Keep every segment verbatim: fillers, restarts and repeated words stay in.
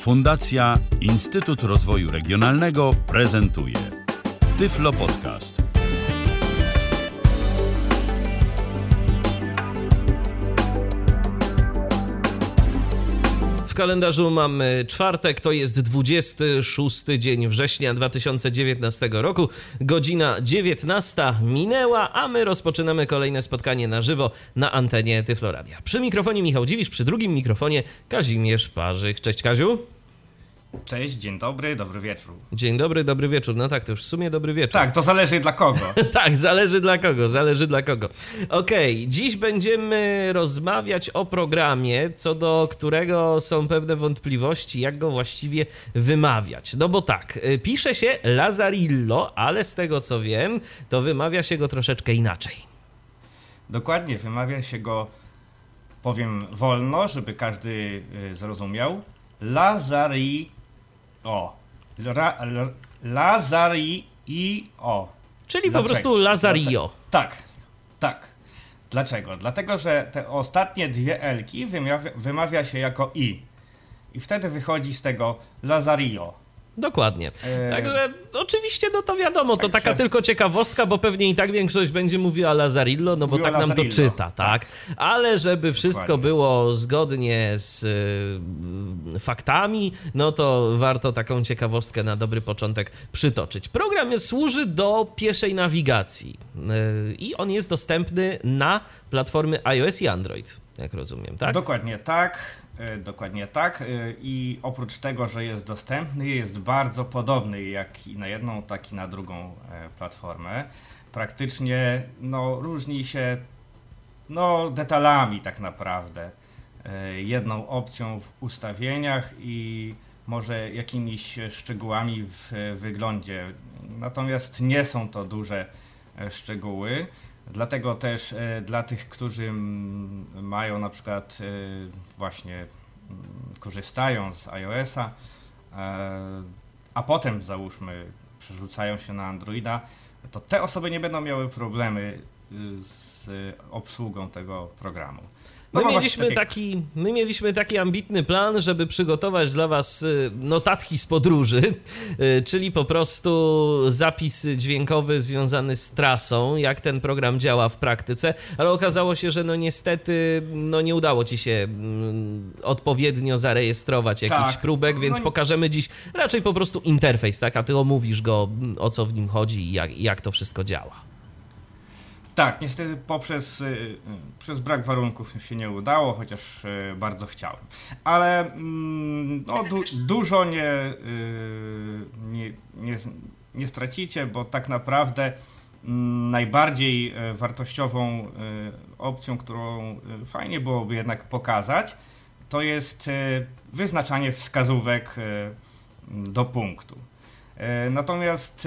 Fundacja Instytut Rozwoju Regionalnego prezentuje Tyflo Podcast. W kalendarzu mamy czwartek, to jest dwudziesty szósty dzień września dwa tysiące dziewiętnastego roku. Godzina dziewiętnasta minęła, a my rozpoczynamy kolejne spotkanie na żywo na antenie Tyflo Radia. Przy mikrofonie Michał Dziwisz, przy drugim mikrofonie Kazimierz Parzyk. Cześć Kaziu. Cześć, dzień dobry, dobry wieczór. Dzień dobry, dobry wieczór. No tak, to już w sumie dobry wieczór. Tak, to zależy dla kogo. Tak, zależy dla kogo, zależy dla kogo. Okej, okay, dziś będziemy rozmawiać o programie, co do którego są pewne wątpliwości, jak go właściwie wymawiać. No bo tak, pisze się Lazarillo, ale z tego co wiem, to wymawia się go troszeczkę inaczej. Dokładnie, wymawia się go, powiem wolno, żeby każdy zrozumiał, Lazari... O, Ra, la, Lazari i o. Czyli Dlaczego? Po prostu Lazarillo. Tak, tak. Dlaczego? Dlatego, że te ostatnie dwie elki wymawia, wymawia się jako i. I wtedy wychodzi z tego Lazarillo. Dokładnie. Eee, Także oczywiście, no to wiadomo, to także... taka tylko ciekawostka, bo pewnie i tak większość będzie mówiła Lazarillo, no bo Mówiła tak nam to Lazarillo, czyta, tak? Ale żeby wszystko Dokładnie. było zgodnie z y, faktami, no to warto taką ciekawostkę na dobry początek przytoczyć. Program służy do pieszej nawigacji y, i on jest dostępny na platformy iOS i Android, jak rozumiem, tak? Dokładnie tak. Dokładnie tak i oprócz tego, że jest dostępny, jest bardzo podobny jak i na jedną, tak i na drugą platformę. Praktycznie no, różni się no, detalami tak naprawdę, jedną opcją w ustawieniach i może jakimiś szczegółami w wyglądzie. Natomiast nie są to duże szczegóły. Dlatego też e, dla tych, którzy m, mają na przykład e, właśnie m, korzystają z iOS-a, e, a potem załóżmy przerzucają się na Androida, to te osoby nie będą miały problemy z obsługą tego programu. My mieliśmy, taki, my mieliśmy taki ambitny plan, żeby przygotować dla was notatki z podróży, czyli po prostu zapis dźwiękowy związany z trasą, jak ten program działa w praktyce, ale okazało się, że no niestety no nie udało ci się odpowiednio zarejestrować jakichś tak. próbek, więc no... pokażemy dziś raczej po prostu interfejs, tak, a ty omówisz go, o co w nim chodzi i jak, jak to wszystko działa. Tak, niestety poprzez przez brak warunków się nie udało, chociaż bardzo chciałem. Ale no, du, dużo nie, nie, nie, nie stracicie, bo tak naprawdę najbardziej wartościową opcją, którą fajnie byłoby jednak pokazać, to jest wyznaczanie wskazówek do punktu. Natomiast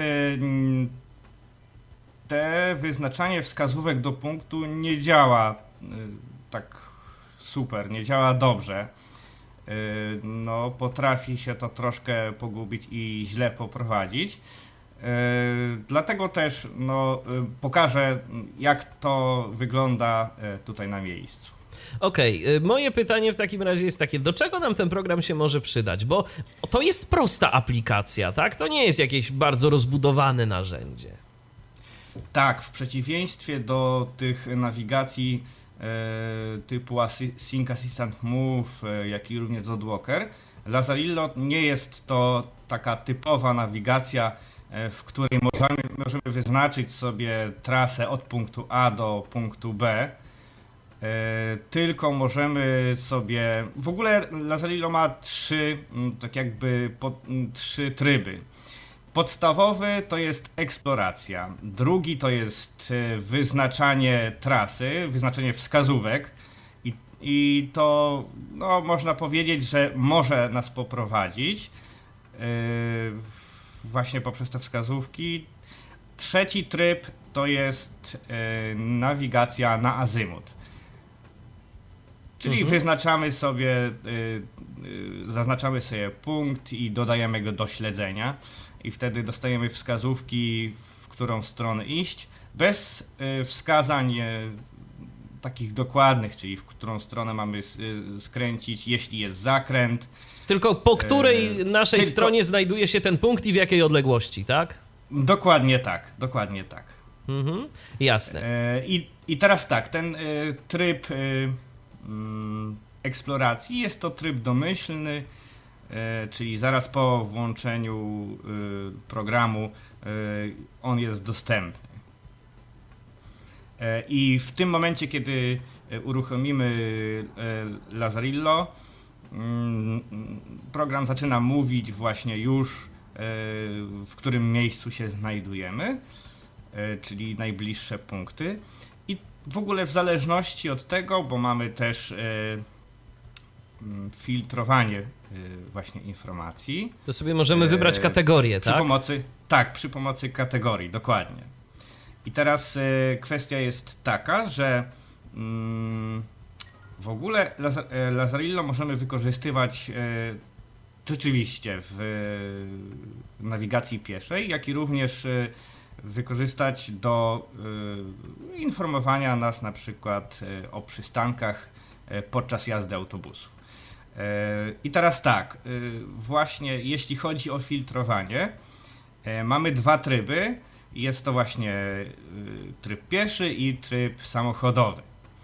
te wyznaczanie wskazówek do punktu nie działa y, tak super, nie działa dobrze. Y, no, potrafi się to troszkę pogubić i źle poprowadzić. Y, dlatego też no, y, pokażę, jak to wygląda y, tutaj na miejscu. Okej, okay. Moje pytanie w takim razie jest takie, do czego nam ten program się może przydać? Bo to jest prosta aplikacja, tak? To nie jest jakieś bardzo rozbudowane narzędzie. Tak, w przeciwieństwie do tych nawigacji e, typu Assi- Sync Assistant Move, e, jak i również Dotwalker, Lazarillo nie jest to taka typowa nawigacja, e, w której możemy, możemy wyznaczyć sobie trasę od punktu A do punktu B, e, tylko możemy sobie... W ogóle Lazarillo ma trzy, tak jakby po, trzy tryby. Podstawowy to jest eksploracja, drugi to jest wyznaczanie trasy, wyznaczenie wskazówek i, i to no, można powiedzieć, że może nas poprowadzić yy, właśnie poprzez te wskazówki. Trzeci tryb to jest yy, nawigacja na azymut, czyli mhm. wyznaczamy sobie, yy, yy, zaznaczamy sobie punkt i dodajemy go do śledzenia. I wtedy dostajemy wskazówki, w którą stronę iść, bez y, wskazań y, takich dokładnych, czyli w którą stronę mamy skręcić, jeśli jest zakręt. Tylko po której naszej Tylko... stronie znajduje się ten punkt i w jakiej odległości, tak? Dokładnie tak, dokładnie tak. Mhm, jasne. I, I teraz tak, ten tryb eksploracji jest to tryb domyślny, czyli zaraz po włączeniu programu on jest dostępny. I w tym momencie, kiedy uruchomimy Lazarillo, program zaczyna mówić właśnie już, w którym miejscu się znajdujemy, czyli najbliższe punkty. I w ogóle w zależności od tego, bo mamy też filtrowanie właśnie informacji. To sobie możemy wybrać kategorię, przy tak? Pomocy, tak, przy pomocy kategorii, dokładnie. I teraz y, kwestia jest taka, że mm, w ogóle Lazarillo możemy wykorzystywać y, rzeczywiście w y, nawigacji pieszej, jak i również y, wykorzystać do y, informowania nas na przykład y, o przystankach y, podczas jazdy autobusu. Y, I teraz tak, y, właśnie jeśli chodzi o filtrowanie, y, mamy dwa tryby. Jest to właśnie tryb pieszy i tryb samochodowy.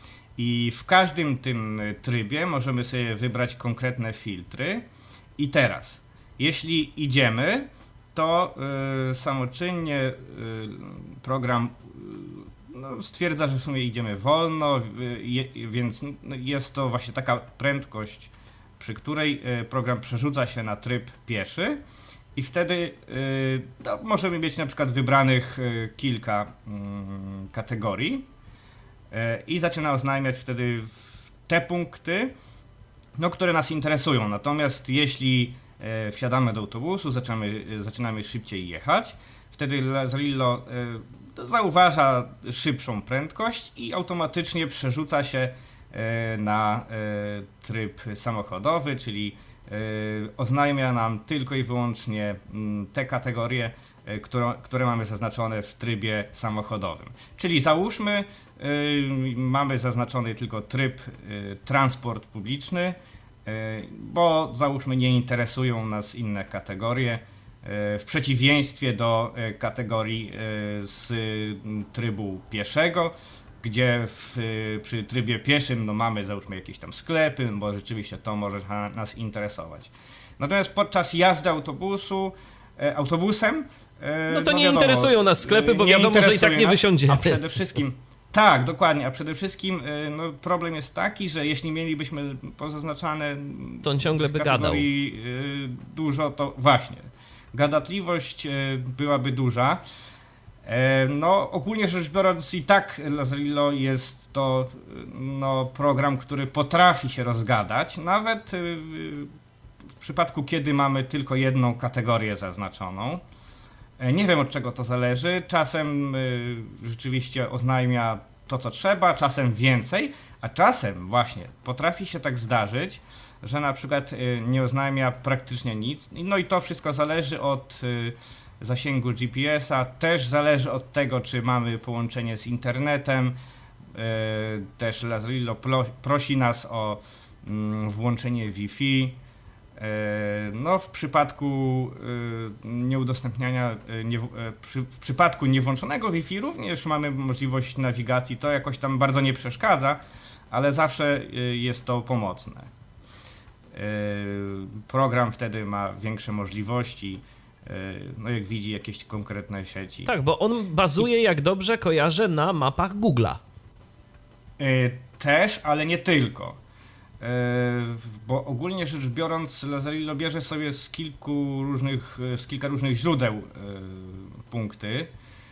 I w każdym tym trybie możemy sobie wybrać konkretne filtry. I teraz, jeśli idziemy, to y, samoczynnie y, program y, no, stwierdza, że w sumie idziemy wolno, y, je, więc jest to właśnie taka prędkość, przy której y, program przerzuca się na tryb pieszy. I wtedy y, no, możemy mieć na przykład wybranych y, kilka y, kategorii y, i zaczyna oznajmiać wtedy te punkty, no, które nas interesują. Natomiast jeśli y, wsiadamy do autobusu, zaczynamy, y, zaczynamy szybciej jechać, wtedy Lazarillo y, zauważa szybszą prędkość i automatycznie przerzuca się y, na y, tryb samochodowy, czyli Yy, oznajmia nam tylko i wyłącznie yy, te kategorie, yy, które, które mamy zaznaczone w trybie samochodowym. Czyli załóżmy, yy, mamy zaznaczony tylko tryb yy, transport publiczny, yy, bo załóżmy nie interesują nas inne kategorie, yy, w przeciwieństwie do yy, kategorii yy, z yy, trybu pieszego, gdzie w, przy trybie pieszym no mamy załóżmy jakieś tam sklepy, bo rzeczywiście to może nas interesować. Natomiast podczas jazdy autobusu, e, autobusem... E, no to no nie wiadomo, interesują nas sklepy, bo wiadomo, że i tak nie wysiądziemy. A przede wszystkim, tak, dokładnie, a przede wszystkim e, no, problem jest taki, że jeśli mielibyśmy pozaznaczane... To on ciągle by gadał. E, dużo, to właśnie, gadatliwość e, byłaby duża. No, ogólnie rzecz biorąc i tak Lazarillo jest to no, program, który potrafi się rozgadać, nawet w przypadku, kiedy mamy tylko jedną kategorię zaznaczoną. Nie wiem, od czego to zależy, czasem rzeczywiście oznajmia to, co trzeba, czasem więcej, a czasem właśnie potrafi się tak zdarzyć, że na przykład nie oznajmia praktycznie nic, no i to wszystko zależy od zasięgu G P S a, też zależy od tego, czy mamy połączenie z internetem. Też Lazarillo prosi nas o włączenie Wi-Fi. No, w przypadku nieudostępniania, nie, przy, w przypadku niewłączonego Wi-Fi również mamy możliwość nawigacji, to jakoś tam bardzo nie przeszkadza, ale zawsze jest to pomocne. Program wtedy ma większe możliwości, no jak widzi jakieś konkretne sieci. Tak, bo on bazuje, jak dobrze kojarzę, na mapach Google'a. Też, ale nie tylko. Bo ogólnie rzecz biorąc, Lazarillo bierze sobie z kilku różnych, z kilka różnych źródeł punkty.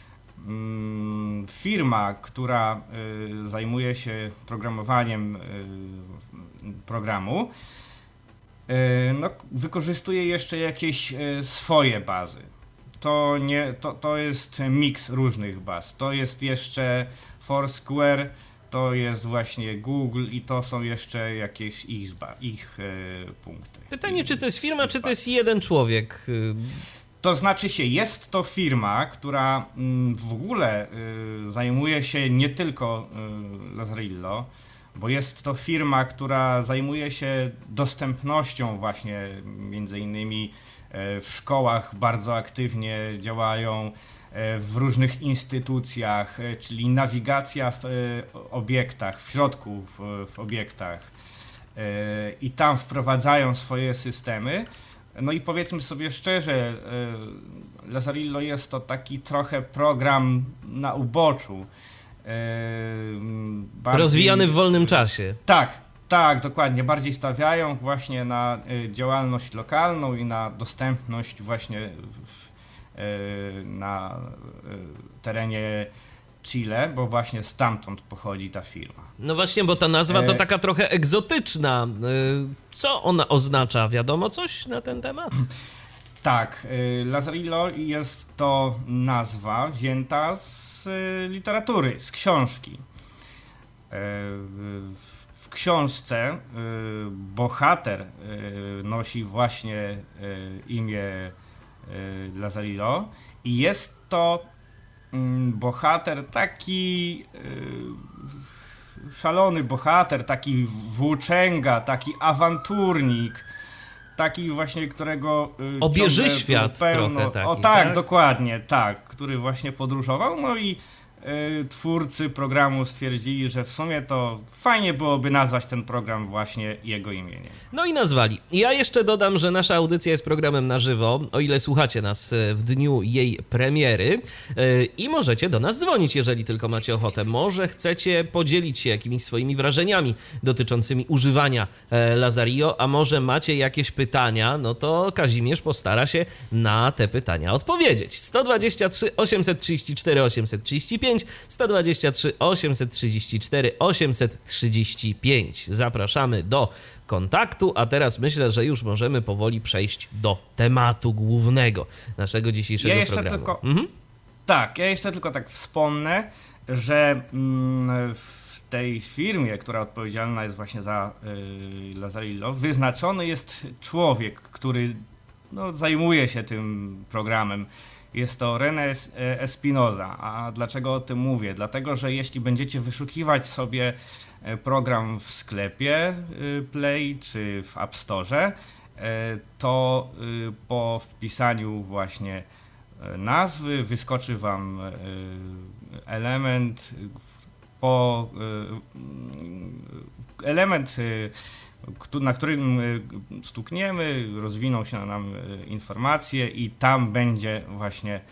Firma, która zajmuje się programowaniem programu, no, wykorzystuje jeszcze jakieś swoje bazy. To, nie, to, to jest miks różnych baz. To jest jeszcze Foursquare, to jest właśnie Google i to są jeszcze jakieś ich, ich e, punkty. Pytanie, czy to jest firma, czy to jest jeden człowiek? To znaczy się, jest to firma, która w ogóle zajmuje się nie tylko Lazarillo, bo jest to firma, która zajmuje się dostępnością właśnie, między innymi w szkołach bardzo aktywnie działają, w różnych instytucjach, czyli nawigacja w obiektach, w środku w, w obiektach i tam wprowadzają swoje systemy. No i powiedzmy sobie szczerze, Lazarillo jest to taki trochę program na uboczu. Bardziej, rozwijany w wolnym czasie. Tak, tak, dokładnie. Bardziej stawiają właśnie na działalność lokalną i na dostępność właśnie w, na terenie Chile, bo właśnie stamtąd pochodzi ta firma. No właśnie, bo ta nazwa to taka trochę egzotyczna. Co ona oznacza? Wiadomo coś na ten temat? Tak, Lazarillo jest to nazwa wzięta z literatury, z książki. W książce bohater nosi właśnie imię Lazarillo i jest to bohater taki szalony bohater, taki włóczęga, taki awanturnik, taki właśnie, którego obieży świat pełno, trochę taki, o tak, tak, dokładnie, tak, który właśnie podróżował, no i y, twórcy programu stwierdzili, że w sumie to fajnie byłoby nazwać ten program właśnie jego imieniem. No i nazwali. Ja jeszcze dodam, że nasza audycja jest programem na żywo, o ile słuchacie nas w dniu jej premiery i możecie do nas dzwonić, jeżeli tylko macie ochotę. Może chcecie podzielić się jakimiś swoimi wrażeniami dotyczącymi używania Lazarillo, a może macie jakieś pytania, no to Kazimierz postara się na te pytania odpowiedzieć. sto dwadzieścia trzy osiemset trzydzieści cztery osiemset trzydzieści pięć, sto dwadzieścia trzy osiemset trzydzieści cztery osiemset trzydzieści pięć. Zapraszamy do kontaktu, a teraz myślę, że już możemy powoli przejść do tematu głównego naszego dzisiejszego ja jeszcze programu. Tylko, mhm. Tak, ja jeszcze tylko tak wspomnę, że mm, w tej firmie, która odpowiedzialna jest właśnie za y, Lazarillo, wyznaczony jest człowiek, który no, zajmuje się tym programem. Jest to René Espinoza. A dlaczego o tym mówię? Dlatego, że jeśli będziecie wyszukiwać sobie program w sklepie Play czy w App Store, to po wpisaniu właśnie nazwy wyskoczy wam element, po element, na którym stukniemy, rozwiną się nam informacje i tam będzie właśnie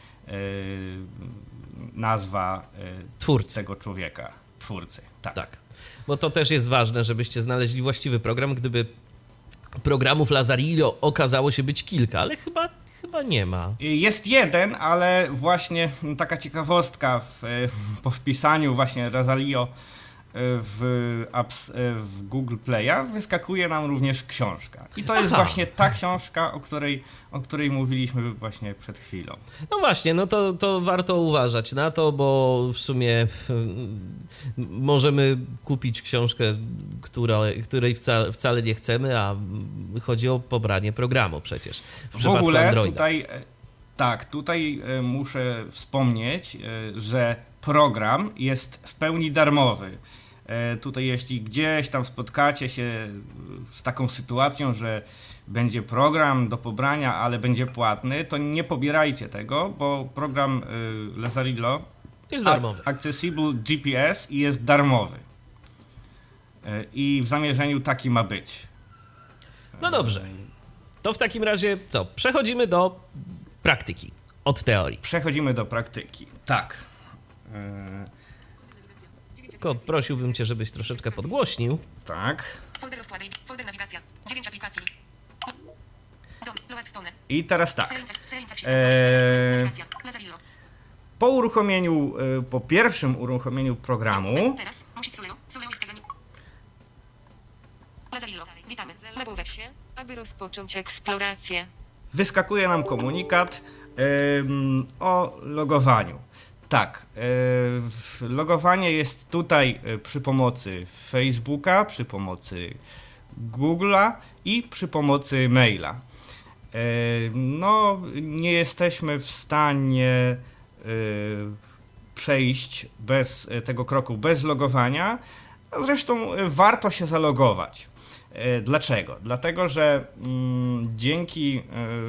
nazwa twórcy tego człowieka, twórcy. Tak. tak. Bo to też jest ważne, żebyście znaleźli właściwy program, gdyby programów Lazarillo okazało się być kilka, ale chyba, chyba nie ma. Jest jeden, ale właśnie taka ciekawostka w, po wpisaniu właśnie Lazarillo w, apps, w Google Play'a wyskakuje nam również książka. I to jest Aha. właśnie ta książka, o której, o której mówiliśmy właśnie przed chwilą. No właśnie, no to, to warto uważać na to, bo w sumie możemy kupić książkę, która, której wcale, wcale nie chcemy, a chodzi o pobranie programu przecież. W, w ogóle Androida. tutaj, tak, tutaj muszę wspomnieć, że program jest w pełni darmowy. Tutaj jeśli gdzieś tam spotkacie się z taką sytuacją, że będzie program do pobrania, ale będzie płatny, to nie pobierajcie tego, bo program Lazarillo jest darmowy. Accessible G P S i jest darmowy. I w zamierzeniu taki ma być. No dobrze. To w takim razie co? Przechodzimy do praktyki od teorii. Przechodzimy do praktyki. Tak. Tylko prosiłbym cię, żebyś troszeczkę podgłośnił. Tak. Folder rozkłady, folder nawigacja, dziewięć aplikacji. I teraz tak. Eee, po uruchomieniu, po pierwszym uruchomieniu programu. Teraz musi Soleo, Soleo jest kazanie. Lazarillo, witamy. Nagłówek się, aby rozpocząć eksplorację. Wyskakuje nam komunikat um, o logowaniu. Tak, e, logowanie jest tutaj przy pomocy Facebooka, przy pomocy Google'a i przy pomocy maila. No, nie jesteśmy w stanie przejść bez tego kroku, bez logowania. Zresztą warto się zalogować. Dlaczego? Dlatego, że dzięki,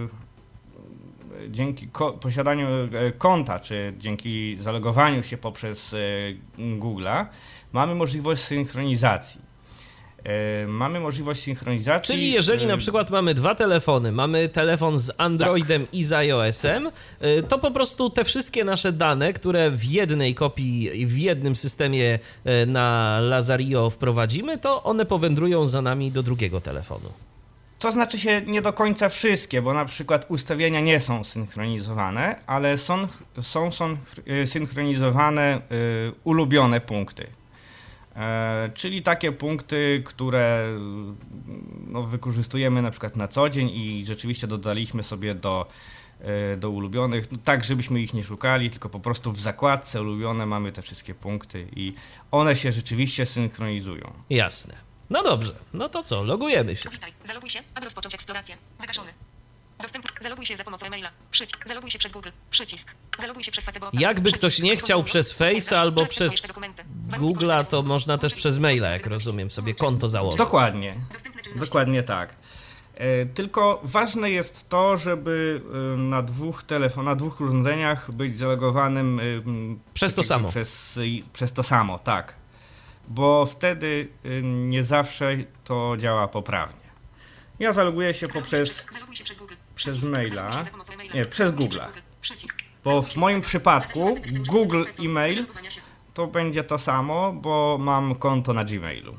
dzięki posiadaniu konta, czy dzięki zalogowaniu się poprzez Google'a, mamy możliwość synchronizacji. Mamy możliwość synchronizacji. Czyli jeżeli na przykład mamy dwa telefony, mamy telefon z Androidem tak. i z iOS-em, to po prostu te wszystkie nasze dane, które w jednej kopii, w jednym systemie na Lazarillo wprowadzimy, to one powędrują za nami do drugiego telefonu. To znaczy się nie do końca wszystkie, bo na przykład ustawienia nie są synchronizowane, ale są, są, są synchronizowane y, ulubione punkty. E, czyli takie punkty, które no, wykorzystujemy na przykład na co dzień i rzeczywiście dodaliśmy sobie do, e, do ulubionych, no, tak żebyśmy ich nie szukali, tylko po prostu w zakładce ulubione mamy te wszystkie punkty i one się rzeczywiście synchronizują. Jasne. No dobrze, no to co, logujemy się. Witaj, zaloguj się, aby rozpocząć eksplorację. Wygaszony. Dostęp. Zaloguj się za pomocą e-maila. Przycisk. Zaloguj się przez Google. Przycisk. Zaloguj się przez Facebook. Jakby ktoś nie chciał przez Face'a albo przez Google'a, to można też przez maila, jak rozumiem, sobie konto założyć. Dokładnie. Dokładnie tak. E, tylko ważne jest to, żeby e, na dwóch telefonach, na dwóch urządzeniach być zalogowanym e, przez to samo. Przez, przez to samo, tak. Bo wtedy e, nie zawsze to działa poprawnie. Ja zaloguję się poprzez przez maila, nie, przez Google'a, bo w moim przypadku Google e-mail to będzie to samo, bo mam konto na Gmailu.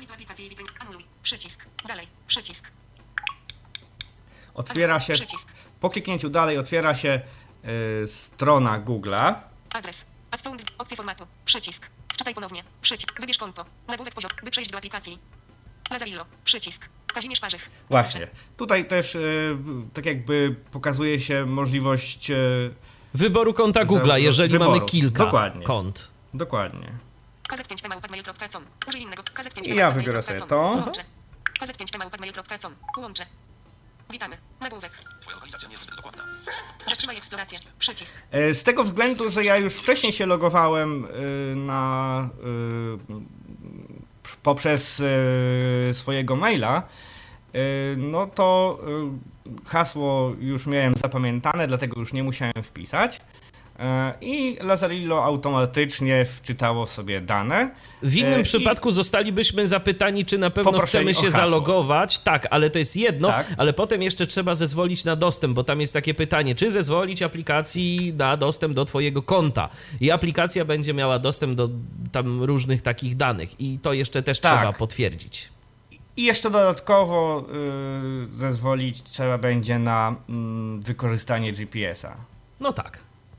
Otwiera się, po kliknięciu dalej otwiera się y, strona Google'a. Adres, opcje formatu, przycisk, wczytaj ponownie, przycisk, wybierz konto, nagłówek poziom, by przejść do aplikacji. Lazarillo, przycisk. Kazimierz Parzych. Właśnie. Tutaj też y, tak jakby pokazuje się możliwość y, wyboru konta Google'a, jeżeli wyboru. mamy kilka Dokładnie. kont. Dokładnie. kazek pięć małpa gmail kropka com. Użyj innego. kazek pięć I ja wybiorę sobie to. Łączę. kazek pięć małpa gmail kropka com. Łączę. Witamy. Nagłówek. Twoja lokalizacja nie jest zbyt dokładna. Zatrzymaj eksplorację. Przycisk. Z tego względu, że ja już wcześniej się logowałem y, na y, poprzez y, swojego maila, y, no to y, hasło już miałem zapamiętane, dlatego już nie musiałem wpisać. I Lazarillo automatycznie wczytało sobie dane. W innym I przypadku zostalibyśmy zapytani, czy na pewno chcemy się hasło. zalogować. Tak, ale to jest jedno, tak. ale potem jeszcze trzeba zezwolić na dostęp, bo tam jest takie pytanie, czy zezwolić aplikacji na dostęp do twojego konta. I aplikacja będzie miała dostęp do tam różnych takich danych i to jeszcze też tak. trzeba potwierdzić. I jeszcze dodatkowo yy, zezwolić trzeba będzie na yy, wykorzystanie G P S-a. No tak.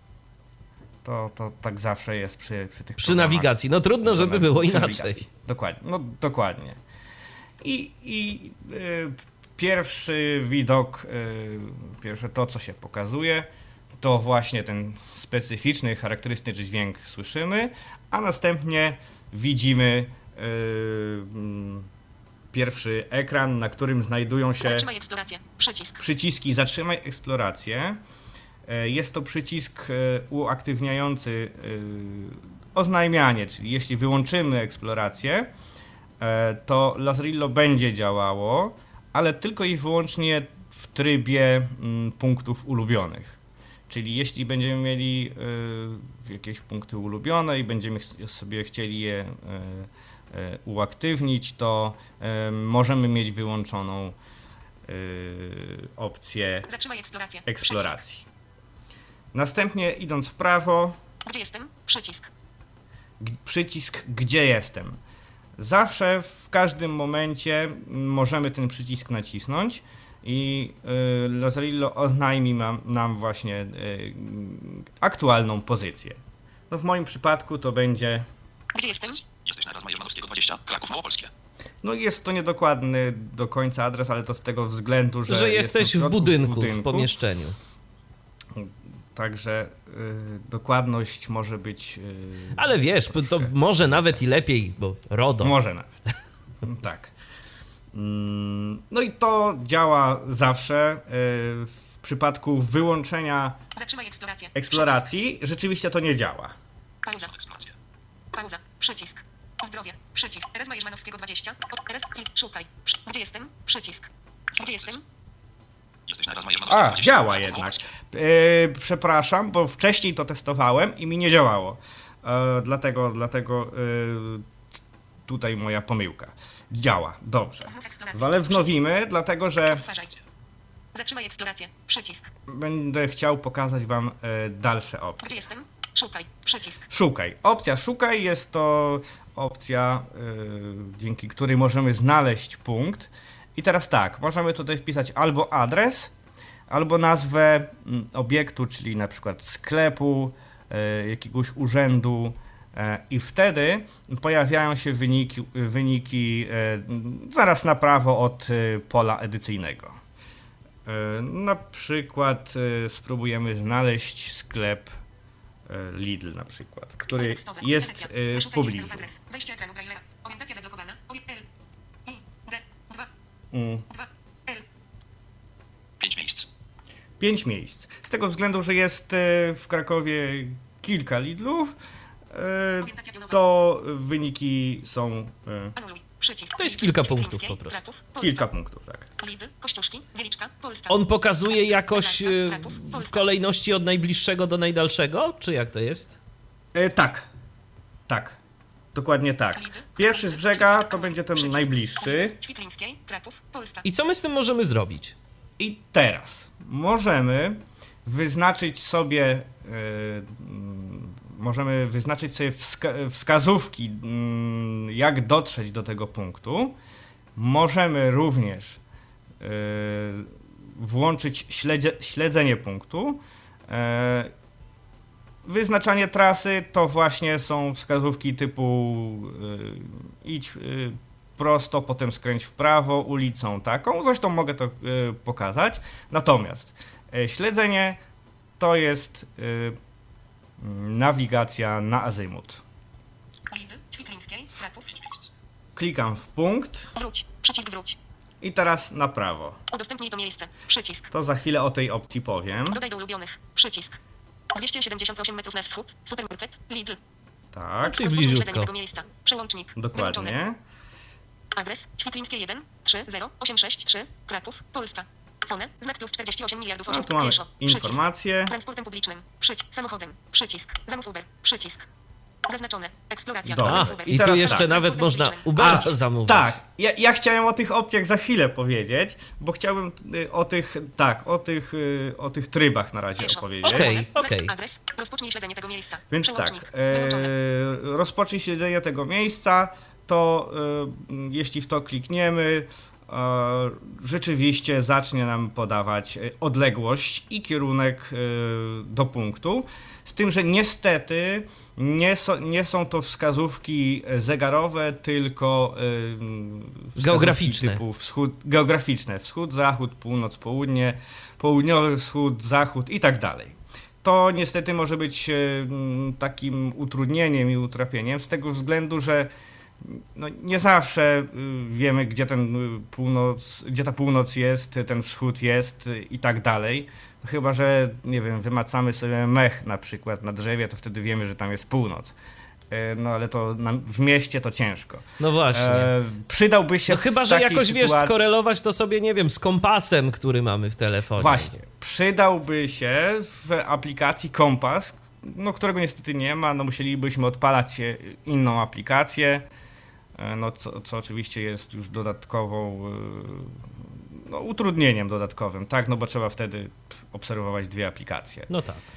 To, to tak zawsze jest przy, przy tych Przy nawigacji. No trudno, żeby było inaczej. Dokładnie. No dokładnie. I, i y, pierwszy widok, y, pierwsze to, co się pokazuje, to właśnie ten specyficzny, charakterystyczny dźwięk słyszymy, a następnie widzimy y, y, pierwszy ekran, na którym znajdują się Zatrzymaj eksplorację. Przycisk. przyciski Zatrzymaj eksplorację. Jest to przycisk uaktywniający oznajmianie, czyli jeśli wyłączymy eksplorację, to Lazarillo będzie działało, ale tylko i wyłącznie w trybie punktów ulubionych. Czyli jeśli będziemy mieli jakieś punkty ulubione i będziemy sobie chcieli je uaktywnić, to możemy mieć wyłączoną opcję Zatrzymaj eksplorację. eksploracji. Przycisk. Następnie idąc w prawo, gdzie jestem? Przycisk. G- przycisk gdzie jestem. Zawsze w każdym momencie możemy ten przycisk nacisnąć i y, Lazarillo oznajmi nam, nam właśnie y, aktualną pozycję. No w moim przypadku to będzie... Gdzie jestem? Jesteś na Razmajer Madowskiego dwadzieścia, Kraków Małopolskie. No jest to niedokładny do końca adres, ale to z tego względu, że... Że jesteś w budynku, w budynku, w pomieszczeniu. Także y, dokładność może być... Y, Ale wiesz, to może nawet i lepiej, bo RODO. Może nawet, tak. No i to działa zawsze. W przypadku wyłączenia Zatrzymaj eksplorację. eksploracji rzeczywiście to nie działa. Pauza. Eksplorację. Pauza. Przycisk. Zdrowie. Przycisk. Erezma Jerzmanowskiego dwadzieścia. O, Erez. Fil. Szukaj. Przy- Gdzie jestem? Przycisk. Gdzie jestem? Jesteś na Erasma Jerzmanowskiego A, dwadzieścia. działa Kraków jednak. Małopolskie. E, przepraszam, bo wcześniej to testowałem i mi nie działało. E, dlatego, dlatego e, tutaj moja pomyłka. Działa, dobrze. Znów eksploracja. Ale wznowimy, dlatego że Odtwarzaj. Zatrzymaj eksplorację. Przycisk. będę chciał pokazać wam e, dalsze opcje. Gdzie jestem? Szukaj. Przycisk. Szukaj. Opcja szukaj jest to opcja, y, dzięki której możemy znaleźć punkt. I teraz tak, możemy tutaj wpisać albo adres, albo nazwę mm, obiektu, czyli na przykład sklepu, y, jakiegoś urzędu. y, I wtedy pojawiają się wyniki, wyniki y, zaraz na prawo od y, pola edycyjnego. Y, Na przykład y, spróbujemy znaleźć sklep y, Lidl na przykład, który Tekstowe. jest Edycja. y, w Szukaj miejsca lub pobliżu. adres. Wejście ekranu Braille'a. Orientacja zablokowana. Obiekt L. I. D. dwa. Mm. dwa. L. Pięć miejsc. Pięć miejsc. Z tego względu, że jest y, w Krakowie kilka Lidlów, y, Orientacja pionowa. to wyniki są y, Anuluj. Przycisk. To jest kilka Lidl, punktów Świdwińskiej, po prostu. Kraków, Polska. kilka punktów, tak. Lidl, Kościuszki, Wieliczka, Polska. On pokazuje jakoś y, Kraków, w Polska. kolejności od najbliższego do najdalszego, czy jak to jest? Y, tak, tak, dokładnie tak. Lidl, Pierwszy z brzega to będzie ten Przycisk. najbliższy. Lidl, Ćwiklińskiej, Kraków, Polska. I co my z tym możemy zrobić? I teraz możemy wyznaczyć sobie y, mm, możemy wyznaczyć sobie wska wskazówki, mm, jak dotrzeć do tego punktu. Możemy również y, włączyć śledzie śledzenie punktu. E, wyznaczanie trasy to właśnie są wskazówki typu y, idź y, prosto, potem skręć w prawo ulicą taką. Zresztą mogę to y, pokazać. Natomiast y, śledzenie to jest y, nawigacja na azymut. Lidl, Ćwiklińskiej, Kraków. Pięć miejsc. Klikam w punkt Wróć. Przycisk wróć. i teraz na prawo. Udostępnij to miejsce. Przycisk. To za chwilę o tej opcji powiem. Dodaj do ulubionych. Przycisk. dwieście siedemdziesiąt osiem metrów na wschód. Supermarket. Lidl. Tak, Czyli Rozpocznij bliziutko. śledzenie tego miejsca. Przełącznik. Wyłączony. dokładnie. Adres. Ćwiklińskie jeden trzy zero osiem sześć trzy. Kraków. Polska. Fone. Znak plus czterdzieści osiem miliardów No osiem. tu mamy Pieszo. Przycisk. informacje. Transportem publicznym. Przycisk. Samochodem. Przycisk. Zamów Uber. Przycisk. Zaznaczone. Eksploracja. Dobra. A, Zamów Uber. i tu teraz jeszcze tak. nawet można Transportem Ubera A, zamówić. Tak, ja, ja chciałem o tych opcjach za chwilę powiedzieć, bo chciałbym y, o tych, tak, o tych, y, o tych trybach na razie Pieszo. opowiedzieć. Okej, Znak- okej. Adres. Rozpocznij śledzenie tego miejsca. Więc Przełącznik. tak, Wyłączone. e, rozpocznij śledzenie tego miejsca, to e, jeśli w to klikniemy, e, rzeczywiście zacznie nam podawać e, odległość i kierunek e, do punktu. Z tym, że niestety nie, so, nie są to wskazówki zegarowe, tylko e, wskazówki Geograficzne. Typu wschód, geograficzne. Wschód, zachód, północ, południe, południowy wschód, zachód i tak dalej. To niestety może być e, m, takim utrudnieniem i utrapieniem z tego względu, że no, nie zawsze y, wiemy, gdzie ten y, północ, gdzie ta północ jest, ten wschód jest y, i tak dalej. No, chyba że, nie wiem, wymacamy sobie mech na przykład na drzewie, to wtedy wiemy, że tam jest północ. E, no ale to na, w mieście to ciężko. No właśnie. E, przydałby się No chyba, w że takiej jakoś, wiesz, sytuacji... skorelować to sobie, nie wiem, z kompasem, który mamy w telefonie. Właśnie, przydałby się w aplikacji Kompas, no, którego niestety nie ma, no musielibyśmy odpalać e, inną aplikację, e, no, co, co oczywiście jest już dodatkową, e, no, utrudnieniem dodatkowym, tak, no bo trzeba wtedy obserwować dwie aplikacje. No tak.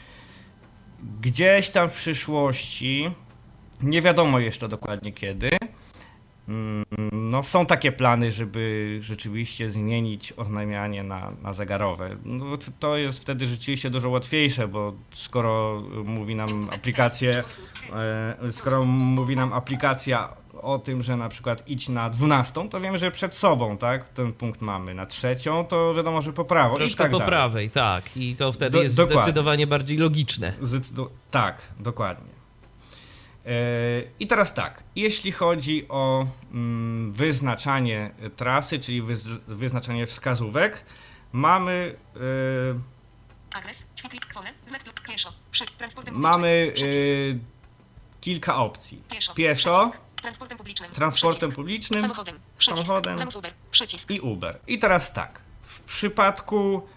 Gdzieś tam w przyszłości, nie wiadomo jeszcze dokładnie kiedy, mm, no są takie plany, żeby rzeczywiście zmienić oznajmianie na, na zegarowe. No, to- to jest wtedy rzeczywiście dużo łatwiejsze, bo skoro mówi nam aplikacje, e, skoro mówi nam aplikacja o tym, że na przykład idź na dwunastą, to wiemy, że przed sobą, tak, ten punkt mamy. Na trzecią, to wiadomo, że po prawo i Troszkę tak po dalej. prawej, tak. I to wtedy Do- jest dokładnie. zdecydowanie bardziej logiczne. Zdecydu- tak, dokładnie. I teraz tak, jeśli chodzi o wyznaczanie trasy, czyli wyznaczanie wskazówek, mamy Adres, ćwiklik, wolę, znak lub pieszo, przy, transportem mamy publicznym, kilka opcji. pieszo, Pieszo, przycisk, transportem publicznym, transportem przycisk, publicznym, samochodem, przycisk, samochodem zamów Uber, przycisk, i Uber. I teraz tak, w przypadku yy,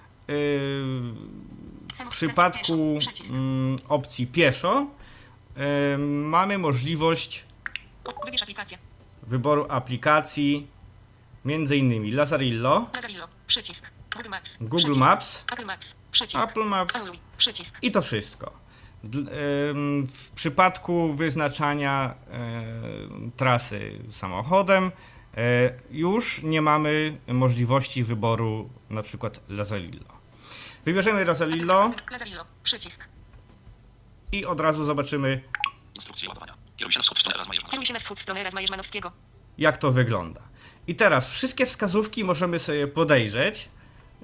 w Samochód, przypadku pieszo, przycisk. mm, opcji pieszo yy, mamy możliwość wybierz aplikację, wyboru aplikacji, między innymi Lazarillo, Lazarillo, przycisk, Google Maps, Google przycisk, Maps, Apple Maps, przycisk, Apple Maps Anuluj, przycisk, i to wszystko. Dl- ym, W przypadku wyznaczania y, trasy samochodem y, już nie mamy możliwości wyboru na przykład Lazarillo. Wybierzemy Lazarillo Lazarillo, przycisk, i od razu zobaczymy, Instrukcje ładowania. Kieruj się na wschód w stronę Erasma kieruj Jerzmanowskiego. się na wschód w stronę Erasma Jerzmanowskiego, jak to wygląda. I teraz wszystkie wskazówki możemy sobie podejrzeć, y,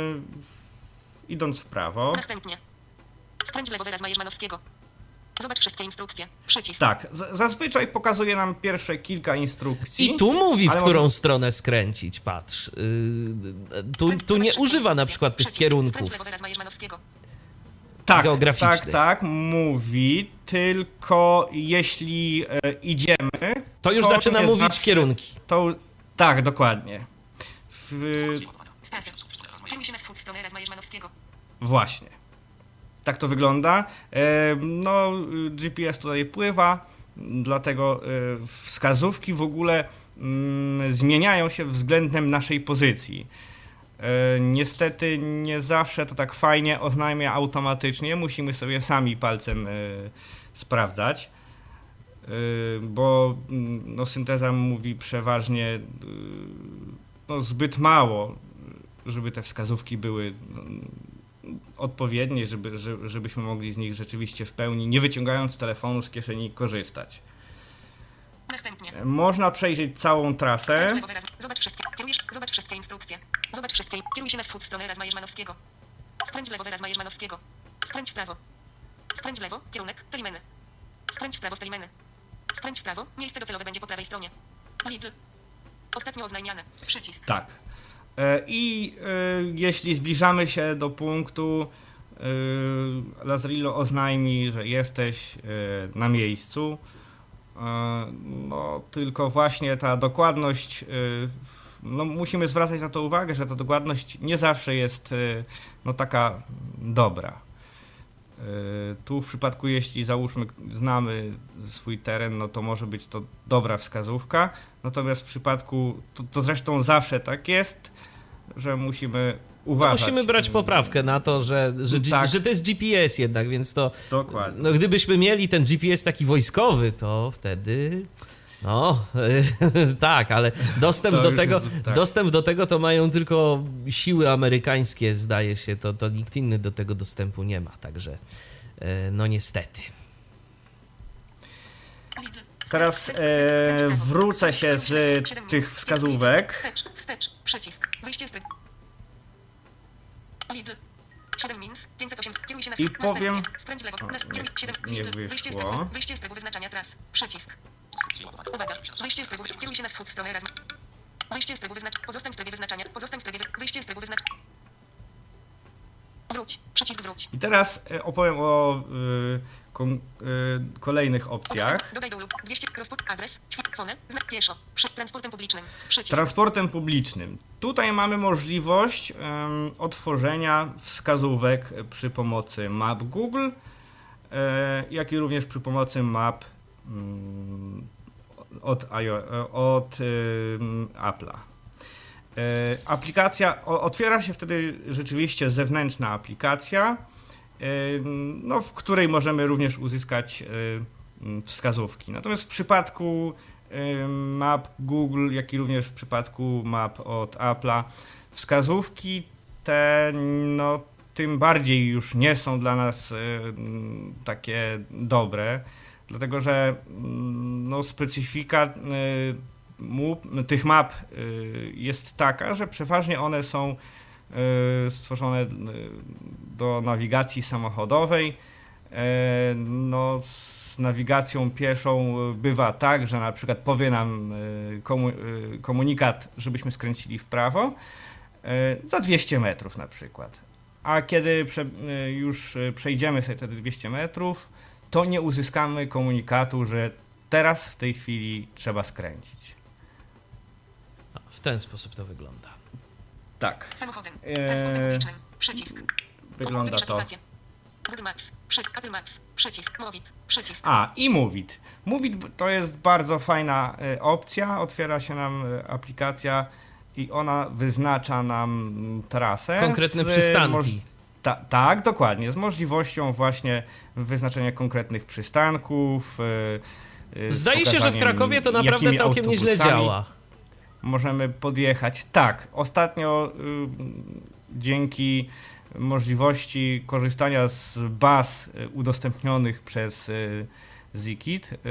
idąc w prawo. następnie, skręć w lewo w Erasma Jerzmanowskiego, zobacz wszystkie instrukcje, przycisk, Tak, z- zazwyczaj pokazuje nam pierwsze kilka instrukcji. I tu mówi, w ale którą może- stronę skręcić, patrz. Yy, tu, Skręć- tu zobacz nie wszystkie używa na instrukcje, przykład tych przycisk, skręć kierunków w lewo w Erasma Jerzmanowskiego, Tak, geograficznych. tak, tak, mówi, tylko jeśli e, idziemy, To już to zaczyna nie mówić zawsze- kierunki. To, tak, dokładnie. W, Instrukcje ładowania. stacja, Kieruj się na wschód w stronę Erasma kieruj się na wschód w stronę Erasma Jerzmanowskiego, właśnie. Tak to wygląda. E, no, G P S tutaj pływa, dlatego e, wskazówki w ogóle mm, zmieniają się względem naszej pozycji. E, niestety nie zawsze to tak fajnie oznajmia automatycznie, musimy sobie sami palcem e, sprawdzać, e, bo mm, no, synteza mówi przeważnie e, no, zbyt mało, żeby te wskazówki były no, odpowiednie, żeby, żeby, żebyśmy mogli z nich rzeczywiście w pełni, nie wyciągając telefonu z kieszeni, korzystać. następnie, Można przejrzeć całą trasę. skręć w lewo w Erasma, zobacz wszystkie, kierujesz, zobacz wszystkie instrukcje, zobacz wszystkie, kieruj się na wschód w stronę Erasma Jerzmanowskiego, skręć w lewo w Erasma Jerzmanowskiego, skręć w prawo, skręć w lewo, kierunek, Telimeny, skręć w prawo w Telimeny, skręć w prawo, miejsce docelowe będzie po prawej stronie, Lidl, ostatnio oznajmiane, przycisk, Tak. E, I e, jeśli zbliżamy się do punktu, e, Lazarillo oznajmi, że jesteś e, na miejscu. E, no, tylko właśnie ta dokładność, e, no, musimy zwracać na to uwagę, że ta dokładność nie zawsze jest e, no, taka dobra. E, tu w przypadku, jeśli załóżmy znamy swój teren, no to może być to dobra wskazówka, natomiast w przypadku, to, to zresztą zawsze tak jest, że musimy uważać. Musimy brać poprawkę na to, że, że, G- Tak. że to jest G P S jednak, więc to... Dokładnie. No, gdybyśmy mieli ten G P S taki wojskowy, to wtedy... No, tak, ale dostęp To do już tego, jest- tak. dostęp do tego to mają tylko siły amerykańskie, zdaje się, to, to nikt inny do tego dostępu nie ma, także e, no niestety. Lidl, Teraz skręć, skręć, skręć w e, prawo, wrócę skręć, się kieruj z na siedem tych minut, wskazówek. wstecz, wstecz, przycisk, wyjście z tego, Lidl, siedem minus, pięćset osiem, kieruj się na I wschód, powiem- następnie, skręć w lewo, O, nas, nie- kieruj, siedem, nie Lidl, wyjście z wyszło. trybu, wyjście z trybu wyznaczania tras, przycisk, Instrukcje ładowania. uwaga, Kieruj się na wschód wyjście z w stronę trybu, kieruj się na wschód w stronę Erasma, wyjście z trybu wyznacz, pozostań w trybie wyznaczania, pozostań w trybie, wy- wyjście z trybu wyznacz, wróć, przycisk wróć, I teraz e, opowiem o y, kon, y, kolejnych opcjach. Dostęp, dodaj do lub, dwieście, rozpód, adres, ćwik, fonę, znak pieszo, przy transportem publicznym, przycisk, Transportem publicznym. Tutaj mamy możliwość em, otworzenia wskazówek przy pomocy map Google, e, jak i również przy pomocy map mm, od, iO- od ym, Apple'a. E, aplikacja, o, otwiera się wtedy rzeczywiście zewnętrzna aplikacja, e, no, w której możemy również uzyskać e, m, wskazówki. Natomiast w przypadku e, map Google, jak i również w przypadku map od Apple'a, wskazówki te no, tym bardziej już nie są dla nas e, m, takie dobre, dlatego że m, no, specyfika e, mu- tych map y, jest taka, że przeważnie one są y, stworzone y, do nawigacji samochodowej. Y, No, z z nawigacją pieszą bywa tak, że na przykład powie nam komu- komunikat, żebyśmy skręcili w prawo za dwieście metrów na przykład. A kiedy prze- już przejdziemy sobie te dwieście metrów, to nie uzyskamy komunikatu, że teraz w tej chwili trzeba skręcić. A, w ten sposób to wygląda. Tak. Samochodem. Eee, Transportem publicznym. Przycisk. Wygląda Wybierz to. aplikację. Google Maps. Przy, Apple Maps. Przycisk. Movit. Przycisk. A, i Movit. Movit to jest bardzo fajna y, opcja. Otwiera się nam y, aplikacja i ona wyznacza nam mm, trasę. Konkretne z, przystanki. moż- ta, tak, dokładnie. Z możliwością właśnie wyznaczenia konkretnych przystanków. Y, y, z Zdaje się, że w pokazaniem, Krakowie to naprawdę jakimi całkiem nieźle autobusami działa. możemy podjechać. Tak, ostatnio y, dzięki możliwości korzystania z baz y, udostępnionych przez y, Zikit. Y,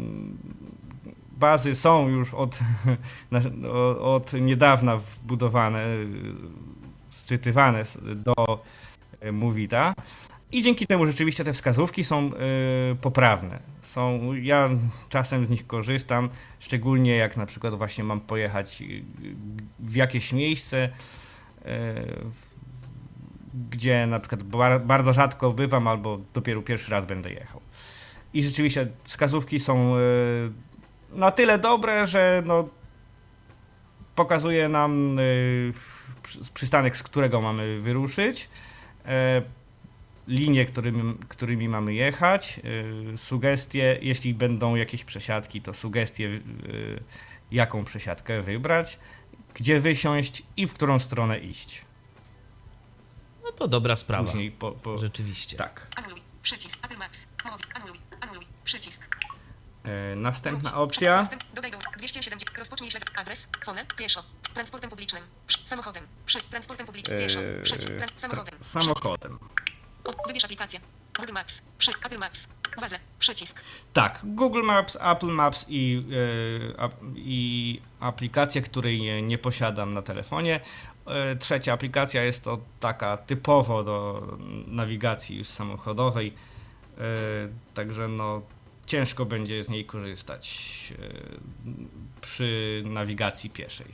bazy są już od, na- o- od niedawna wbudowane, y, sczytywane s- do y, Movita. I dzięki temu rzeczywiście te wskazówki są y, poprawne. Są, ja czasem z nich korzystam, szczególnie jak na przykład właśnie mam pojechać y, w jakieś miejsce, y, w- gdzie na przykład bar, bardzo rzadko bywam albo dopiero pierwszy raz będę jechał. I rzeczywiście wskazówki są y, na tyle dobre, że no, pokazuje nam y, przy- przystanek, z którego mamy wyruszyć, y, linie, którymi, którymi mamy jechać, y, sugestie, jeśli będą jakieś przesiadki, to sugestie, y, jaką przesiadkę wybrać, gdzie wysiąść i w którą stronę iść. No to dobra sprawa. Później po, po... Rzeczywiście. Tak. Anuluj. Przycisk. Apple Maps. Movit. Anuluj. Anuluj. Przycisk. E, następna Wróć. opcja. Dostęp. Dodaj do dwieście siedemdziesiąt. Rozpocznij śledztwo. Adres. Fone. Pieszo. Transportem publicznym. Przy, samochodem. Przy, transportem publicznym. Pieszo. e, Przycisk. Tran, samochodem. tra- samochodem. O, wybierz aplikację. Google Maps. Przy, Apple Maps. Wazę. Przycisk. Tak, Google Maps, Apple Maps i, e, ap, i aplikacja, której nie, nie posiadam na telefonie. E, trzecia aplikacja jest to taka typowo do nawigacji już samochodowej, e, także no ciężko będzie z niej korzystać e, przy nawigacji pieszej.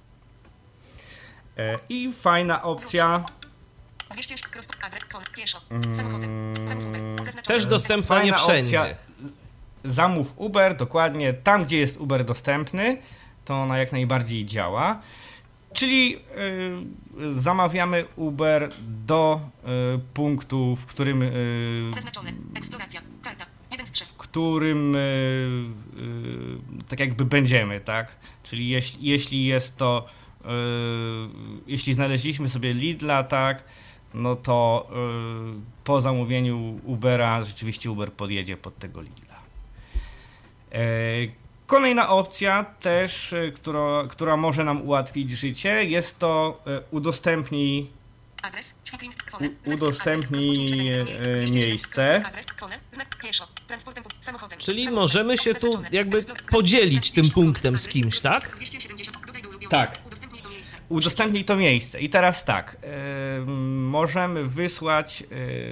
E, I fajna opcja. dwieście rozpo, adres. Fone. Pieszo. Samochodem. Zamów Uber. Zaznaczone. Też dostępna nie Fajna wszędzie. opcja. Zamów Uber, dokładnie tam, gdzie jest Uber dostępny, to ona jak najbardziej działa. Czyli y, zamawiamy Uber do y, punktu, w którym, y, Zaznaczone. Eksploracja. Karta. jeden z trzech. w którym y, y, tak jakby będziemy, tak? Czyli jeśli, jeśli jest to, y, jeśli znaleźliśmy sobie Lidla, tak, no to y, po zamówieniu Ubera rzeczywiście Uber podjedzie pod tego Lidla. E, Kolejna opcja też, e, która, która może nam ułatwić życie, jest to e, udostępnij, Adres. Ćwiklińsk. Fone. U- udostępnij, e, miejsce. Adres. Fone. Znak. Pieszo. Transportem. pu- Samochodem. Czyli Samochodem. możemy się tu Zaznaczone. jakby Eksplor- podzielić tym Adres. punktem z Adres. kimś, tak? dwieście siedemdziesiąt. Dodaj do ulubionych. Tak. Udostępnij to miejsce. Udostępnij to miejsce. I teraz tak, e, możemy wysłać e,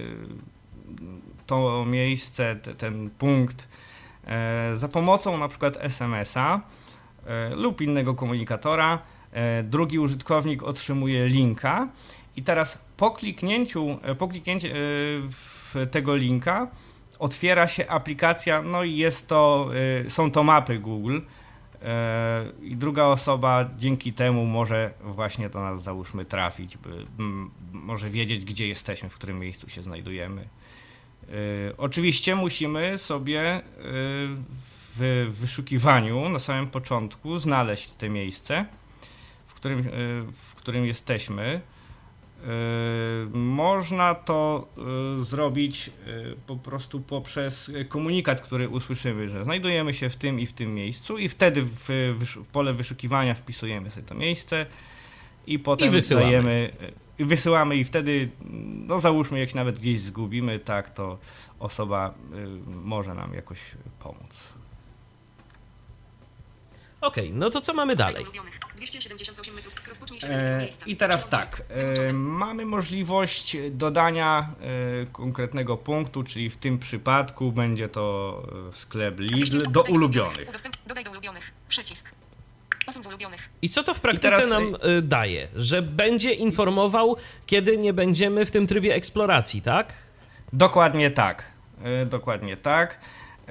to miejsce, te, ten punkt e, za pomocą na przykład es em es a e, lub innego komunikatora. E, drugi użytkownik otrzymuje linka i teraz po kliknięciu, e, po kliknięciu e, w tego linka otwiera się aplikacja, no i jest to, e, są to mapy Google. I druga osoba dzięki temu może właśnie do nas, załóżmy, trafić, by, m, może wiedzieć, gdzie jesteśmy, w którym miejscu się znajdujemy. Y, oczywiście musimy sobie y, w wyszukiwaniu na samym początku znaleźć te miejsce, w którym, y, w którym jesteśmy. Y, można to y, zrobić y, po prostu poprzez komunikat, który usłyszymy, że znajdujemy się w tym i w tym miejscu i wtedy w, wyszu- w pole wyszukiwania wpisujemy sobie to miejsce i potem I wysyłamy. dajemy, y, wysyłamy i wtedy, no załóżmy, jak się nawet gdzieś zgubimy, tak, to osoba y, może nam jakoś pomóc. Okej, no to co mamy dalej? Ulubionych. dwieście siedemdziesiąt osiem metrów. Rozpocznij się E, miejsca. I teraz tak, e, mamy możliwość dodania e, konkretnego punktu, czyli w tym przypadku będzie to e, sklep Lidl do ulubionych. Udostęp... Dodaj do ulubionych. Przycisk. Usuń z ulubionych. I co to w praktyce teraz- nam y, daje? Że będzie informował, kiedy nie będziemy w tym trybie eksploracji, tak? Dokładnie tak, e, dokładnie tak. E,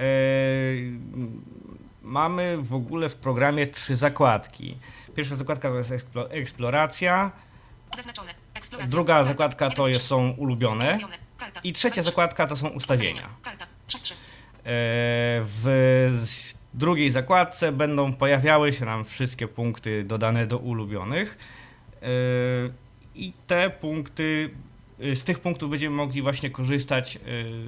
mamy w ogóle w programie trzy zakładki. Pierwsza zakładka to jest eksplo- eksploracja, Zaznaczone. Eksploracja. druga Karta. zakładka to jeden z jest, trzech. są ulubione Ulubione. Karta. i trzecia Przestrzeń. zakładka to są ustawienia. Karta. Przestrzeń. E, W drugiej zakładce będą pojawiały się nam wszystkie punkty dodane do ulubionych e, i te punkty, e, z tych punktów będziemy mogli właśnie korzystać, e,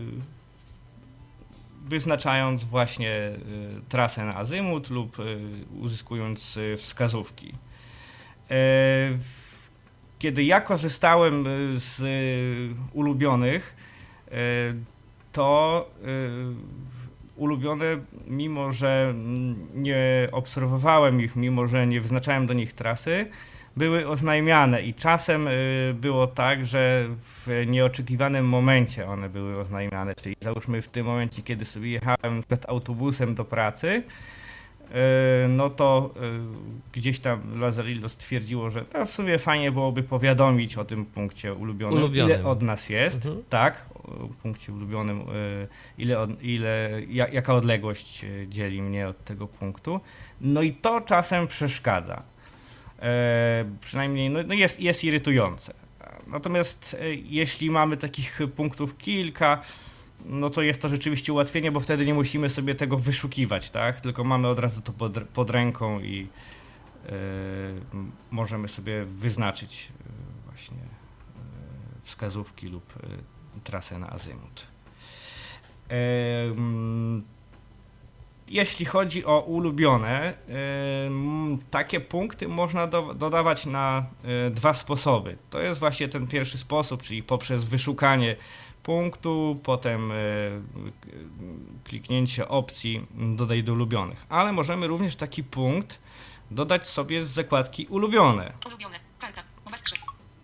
wyznaczając właśnie e, trasę na azymut lub e, uzyskując e, wskazówki. E, w- Kiedy ja korzystałem e, z e, ulubionych, e, to y, ulubione, mimo że mm, nie obserwowałem ich, mimo że nie wyznaczałem do nich trasy, były oznajmiane i czasem y, było tak, że w nieoczekiwanym momencie one były oznajmiane, czyli załóżmy w tym momencie, kiedy sobie jechałem na przykład autobusem do pracy, y, no to y, gdzieś tam Lazarillo stwierdziło, że no w sumie fajnie byłoby powiadomić o tym punkcie ulubionym, Ulubionym. ile od nas jest, Mhm. tak, o punkcie ulubionym, y, ile, od, ile ja, jaka odległość y, dzieli mnie od tego punktu, no i to czasem przeszkadza, e, przynajmniej no, no jest, jest irytujące. Natomiast e, jeśli mamy takich punktów kilka, no to jest to rzeczywiście ułatwienie, bo wtedy nie musimy sobie tego wyszukiwać, tak? Tylko mamy od razu to pod, pod ręką i e, m- możemy sobie wyznaczyć e, właśnie e, wskazówki lub e, trasę na azymut. E, m, Jeśli chodzi o ulubione, ym, takie punkty można do, dodawać na y, dwa sposoby. To jest właśnie ten pierwszy sposób, czyli poprzez wyszukanie punktu, potem y, k- kliknięcie opcji dodaj do ulubionych. Ale możemy również taki punkt dodać sobie z zakładki ulubione. Ulubione. Karta. Was trzy.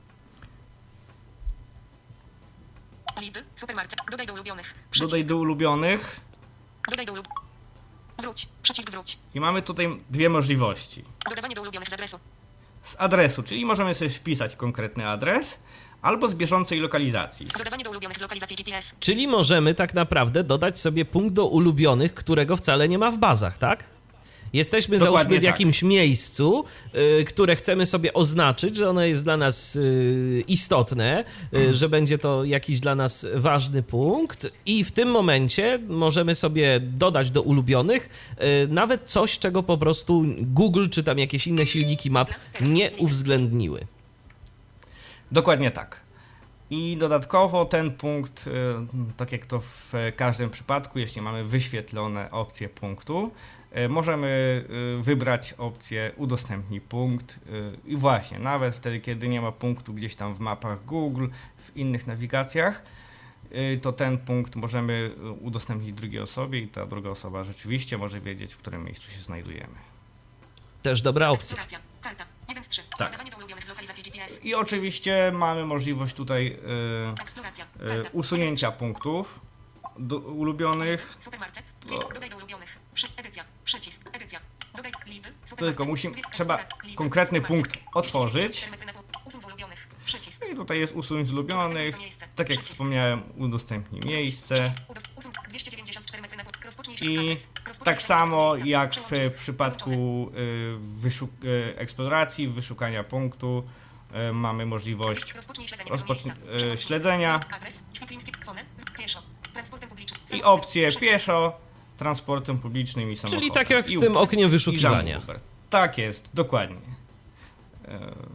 Lidl. Supermarket. Dodaj do ulubionych. Przycisk. Dodaj do ulubionych Dodaj do ulub... Wróć. Przycisk wróć. i mamy tutaj dwie możliwości. Dodawanie do ulubionych z adresu. Z adresu, czyli możemy sobie wpisać konkretny adres, albo z bieżącej lokalizacji. Dodawanie do ulubionych z lokalizacji G P S. Czyli możemy tak naprawdę dodać sobie punkt do ulubionych, którego wcale nie ma w bazach, tak? Jesteśmy Dokładnie załóżmy w tak. jakimś miejscu, y, które chcemy sobie oznaczyć, że ono jest dla nas y, istotne, y, że będzie to jakiś dla nas ważny punkt i w tym momencie możemy sobie dodać do ulubionych y, nawet coś, czego po prostu Google czy tam jakieś inne silniki map nie uwzględniły. Dokładnie tak. I dodatkowo ten punkt, y, tak jak to w każdym przypadku, jeśli mamy wyświetlone opcje punktu, y, możemy y, wybrać opcję udostępnij punkt y, i właśnie, nawet wtedy, kiedy nie ma punktu gdzieś tam w mapach Google, w innych nawigacjach, y, to ten punkt możemy y, udostępnić drugiej osobie i ta druga osoba rzeczywiście może wiedzieć, w którym miejscu się znajdujemy. Też dobra opcja. Eksploracja. Karta. jeden z trzech. Tak. Dodawanie do ulubionych z lokalizacji G P S. I oczywiście mamy możliwość tutaj y, Eksploracja. y, Karta. usunięcia punktów do ulubionych. Supermarket. Dwie. Dodaj do ulubionych. Przy... Edycja. Przycisk. Edycja. Dodaj Lidl. Supermarket. Tylko musimy, Dwie. trzeba Eksploracja. Lidl. konkretny Supermarket. punkt otworzyć. dwieście dziewięćdziesiąt cztery metry na pół. Usuń z ulubionych. Przycisk. I tutaj jest usuń z ulubionych. Tak jak wspomniałem, udostępnij miejsce. Przycisk. Udos- usuń dwieście dziewięćdziesiąt cztery metry na pół. Rozpocznij się I adres. Rozpocznij tak się samo miejsce. jak Przełącznik. w przypadku y, wyszuk- y, eksploracji, wyszukania punktu, y, mamy możliwość Rozpocznij śledzenie rozpoczn- tego miejsca. y, Przełącznik. śledzenia Adres. Świetlińskie. Fonę. z- Pieszo. Transportem publicznym. i Samochód. opcje Przycisk. pieszo, transportem publicznym i samochodem. Czyli tak jak I w tym u- oknie i wyszukiwania. Uber. Tak jest, dokładnie. Y,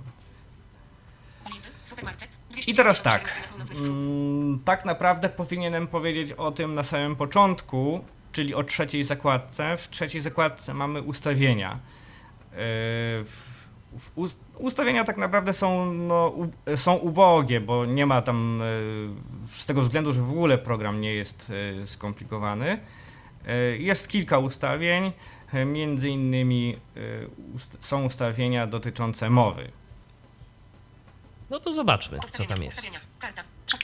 Lidl. Supermarket. I teraz dwieście dziewięćdziesiąt cztery tak, metry na północ wschód. mm, tak naprawdę powinienem powiedzieć o tym na samym początku, czyli o trzeciej zakładce. W trzeciej zakładce mamy ustawienia. Yy, w- w ust- ustawienia tak naprawdę są, no, u, są ubogie, bo nie ma tam, yy, z tego względu, że w ogóle program nie jest yy, skomplikowany. Yy, Jest kilka ustawień. e, między innymi e, ust- są ustawienia dotyczące mowy. No to zobaczmy, co Ustawienia, tam jest. ustawienia, karta, Wszyst-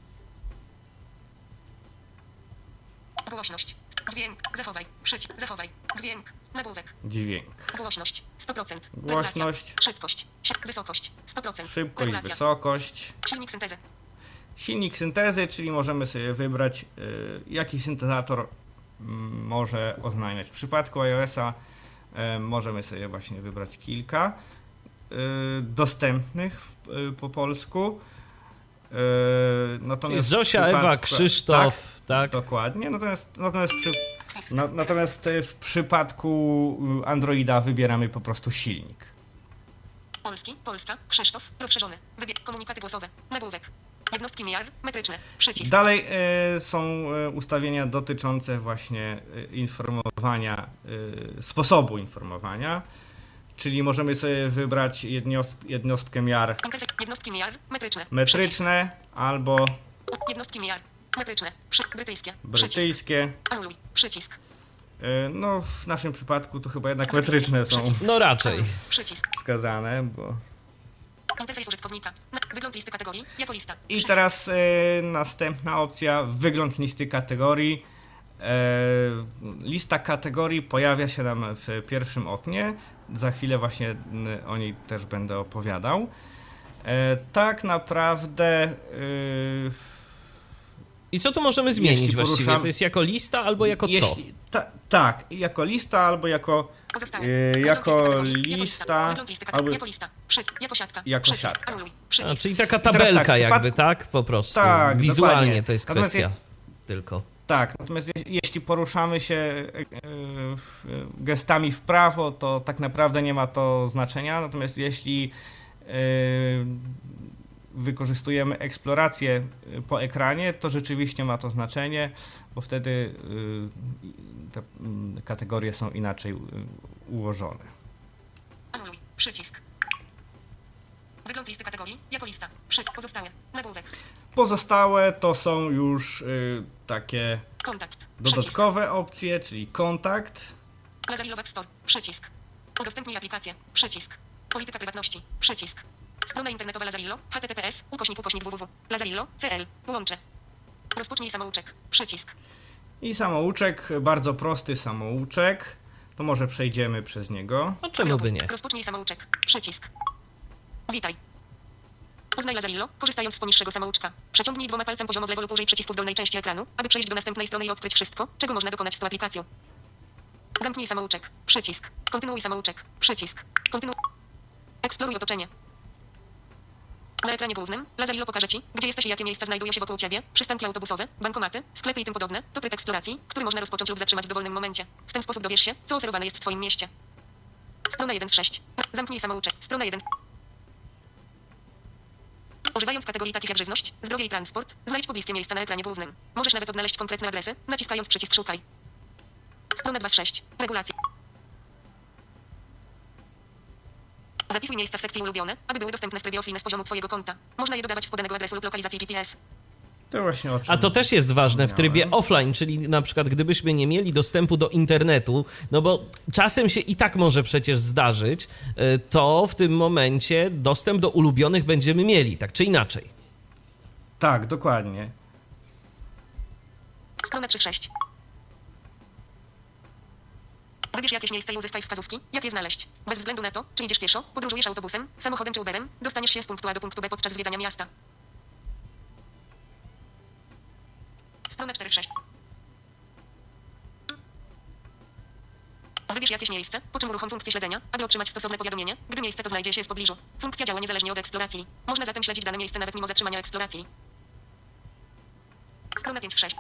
Głośność, dźwięk, zachowaj, przycisk, zachowaj, dźwięk, nagłówek, Dźwięk. głośność, sto procent, Głośność. regulacja, szybkość, si- wysokość, sto procent, Szybkość, regulacja, wysokość. silnik syntezy, Silnik syntezy, czyli możemy sobie wybrać, y, jaki syntezator mm, może oznajmiać. W przypadku iOS-a y, możemy sobie właśnie wybrać kilka y, dostępnych w, y, po polsku. Y, natomiast w Zosia, przypadku- Ewa, Krzysztof, tak? Tak, dokładnie. Natomiast, natomiast, przy, kwestia, na, natomiast y, w przypadku y, Androida wybieramy po prostu silnik. Polski, Polska, Krzysztof, rozszerzony, wybieg, komunikaty głosowe, nagłówek, jednostki miar, metryczne, przycisk, Dalej e, są e, ustawienia dotyczące właśnie e, informowania, e, sposobu informowania, czyli możemy sobie wybrać jednost, jednostkę miar interfejs, jednostki miar, metryczne, przycisk, metryczne albo jednostki miar, metryczne, przy, brytyjskie, przycisk, brytyjskie. anuluj, przycisk, E, no w naszym przypadku to chyba jednak metryczne są Przycisk. No raczej. anuluj, przycisk, wskazane, bo... interfejs użytkownika, na, wygląd listy kategorii, jako lista, I przycisk, teraz e, następna opcja, wygląd listy kategorii. E, lista kategorii pojawia się nam w pierwszym oknie. Za chwilę właśnie n, o niej też będę opowiadał. E, tak naprawdę e, I co tu możemy zmienić Jeśli właściwie? poruszam- To jest jako lista albo jako co? jeśli, ta, tak, jako lista albo jako, pozostałe, e, wygląd jako listy kategorii, jako lista, wygląd listy albo kategorii, jako lista, przy, jako siatka, jako przycisk, siatka. anuluj, A, przycisk, czyli taka teraz tabelka tak, w jakby, przypadku- tak? Po prostu. Tak, Wizualnie dokładnie. to jest Natomiast kwestia jest- tylko. Tak, natomiast je- jeśli poruszamy się e, e, w- gestami w prawo, to tak naprawdę nie ma to znaczenia, natomiast jeśli e, wykorzystujemy eksplorację e, po ekranie, to rzeczywiście ma to znaczenie, bo wtedy e, te mm, kategorie są inaczej e, ułożone. anuluj, przycisk, wygląd listy kategorii, jako lista, przy, pozostałe, nagłówek, Pozostałe to są już e, takie kontakt, przycisk, dodatkowe opcje, czyli kontakt. Lazarillo Web Store, przycisk, udostępnij aplikację, przycisk, polityka prywatności, przycisk, strona internetowa Lazarillo, https, ukośnik, ukośnik www, Lazarillo, cl, łącze, rozpocznij samouczek, przycisk, I samouczek, bardzo prosty samouczek, to może przejdziemy przez niego. No czemu by nie? rozpocznij samouczek, przycisk, witaj. Uznaj Lazarillo, korzystając z poniższego samouczka. Przeciągnij dwoma palcem poziomo w lewo lub użyj przycisku w dolnej części ekranu, aby przejść do następnej strony i odkryć wszystko, czego można dokonać z tą aplikacją. Zamknij samouczek, przycisk, kontynuuj samouczek, przycisk, kontynuuj. Eksploruj otoczenie. Na ekranie głównym Lazarillo pokaże Ci, gdzie jesteś i jakie miejsca znajdują się wokół Ciebie, przystanki autobusowe, bankomaty, sklepy i tym podobne. To tryb eksploracji, który można rozpocząć lub zatrzymać w dowolnym momencie. W ten sposób dowiesz się, co oferowane jest w Twoim mieście. Strona jeden z sześć. Zamknij samouczek. Strona jeden. Używając kategorii takich jak żywność, zdrowie i transport, znajdź pobliskie miejsca na ekranie głównym. Możesz nawet odnaleźć konkretne adresy, naciskając przycisk Szukaj. Strona dwa z sześć. Regulacje. Zapisuj miejsca w sekcji ulubione, aby były dostępne w trybie offline z poziomu Twojego konta. Można je dodawać z podanego adresu lub lokalizacji G P S. To właśnie o czym A to też jest ważne w trybie wspomniałem. offline, czyli na przykład gdybyśmy nie mieli dostępu do internetu, no bo czasem się i tak może przecież zdarzyć, y, to w tym momencie dostęp do ulubionych będziemy mieli, tak czy inaczej. Tak, dokładnie. Strona trzy z sześć. Wybierz jakieś miejsce i uzyskaj wskazówki, jak je znaleźć. Bez względu na to, czy idziesz pieszo, podróżujesz autobusem, samochodem czy Uberem, dostaniesz się z punktu A do punktu B podczas zwiedzania miasta. Strona cztery z sześć. Wybierz jakieś miejsce, po czym uruchom funkcję śledzenia, aby otrzymać stosowne powiadomienie, gdy miejsce to znajdzie się w pobliżu. Funkcja działa niezależnie od eksploracji. Można zatem śledzić dane miejsce nawet mimo zatrzymania eksploracji. Strona pięć z sześć.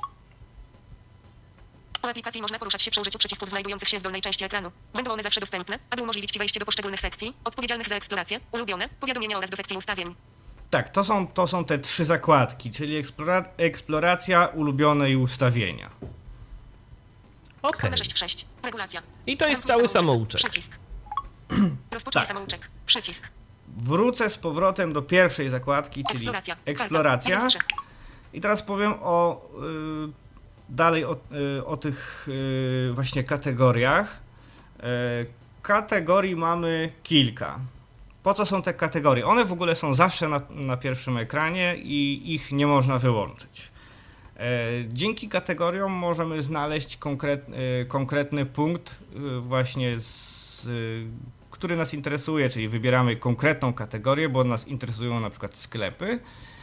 Po aplikacji można poruszać się przy użyciu przycisków znajdujących się w dolnej części ekranu. Będą one zawsze dostępne, aby umożliwić Ci wejście do poszczególnych sekcji, odpowiedzialnych za eksplorację, ulubione, powiadomienia oraz do sekcji ustawień. Tak, to są, to są te trzy zakładki, czyli eksplora- eksploracja, ulubione i ustawienia. Okej. Strona sześć z sześć. Regulacja. I to jest Zamknij cały samouczek. Przycisk. Rozpocznij Tak. samouczek. Przycisk. Wrócę z powrotem do pierwszej zakładki, czyli Eksploracja. eksploracja. Karta. jeden z trzech. I teraz powiem o y, dalej o, y, o tych y, właśnie kategoriach. Kategorii mamy kilka. Po co są te kategorie? One w ogóle są zawsze na, na pierwszym ekranie i ich nie można wyłączyć. Dzięki kategoriom możemy znaleźć konkretny, konkretny punkt właśnie, z, który nas interesuje, czyli wybieramy konkretną kategorię, bo nas interesują na przykład sklepy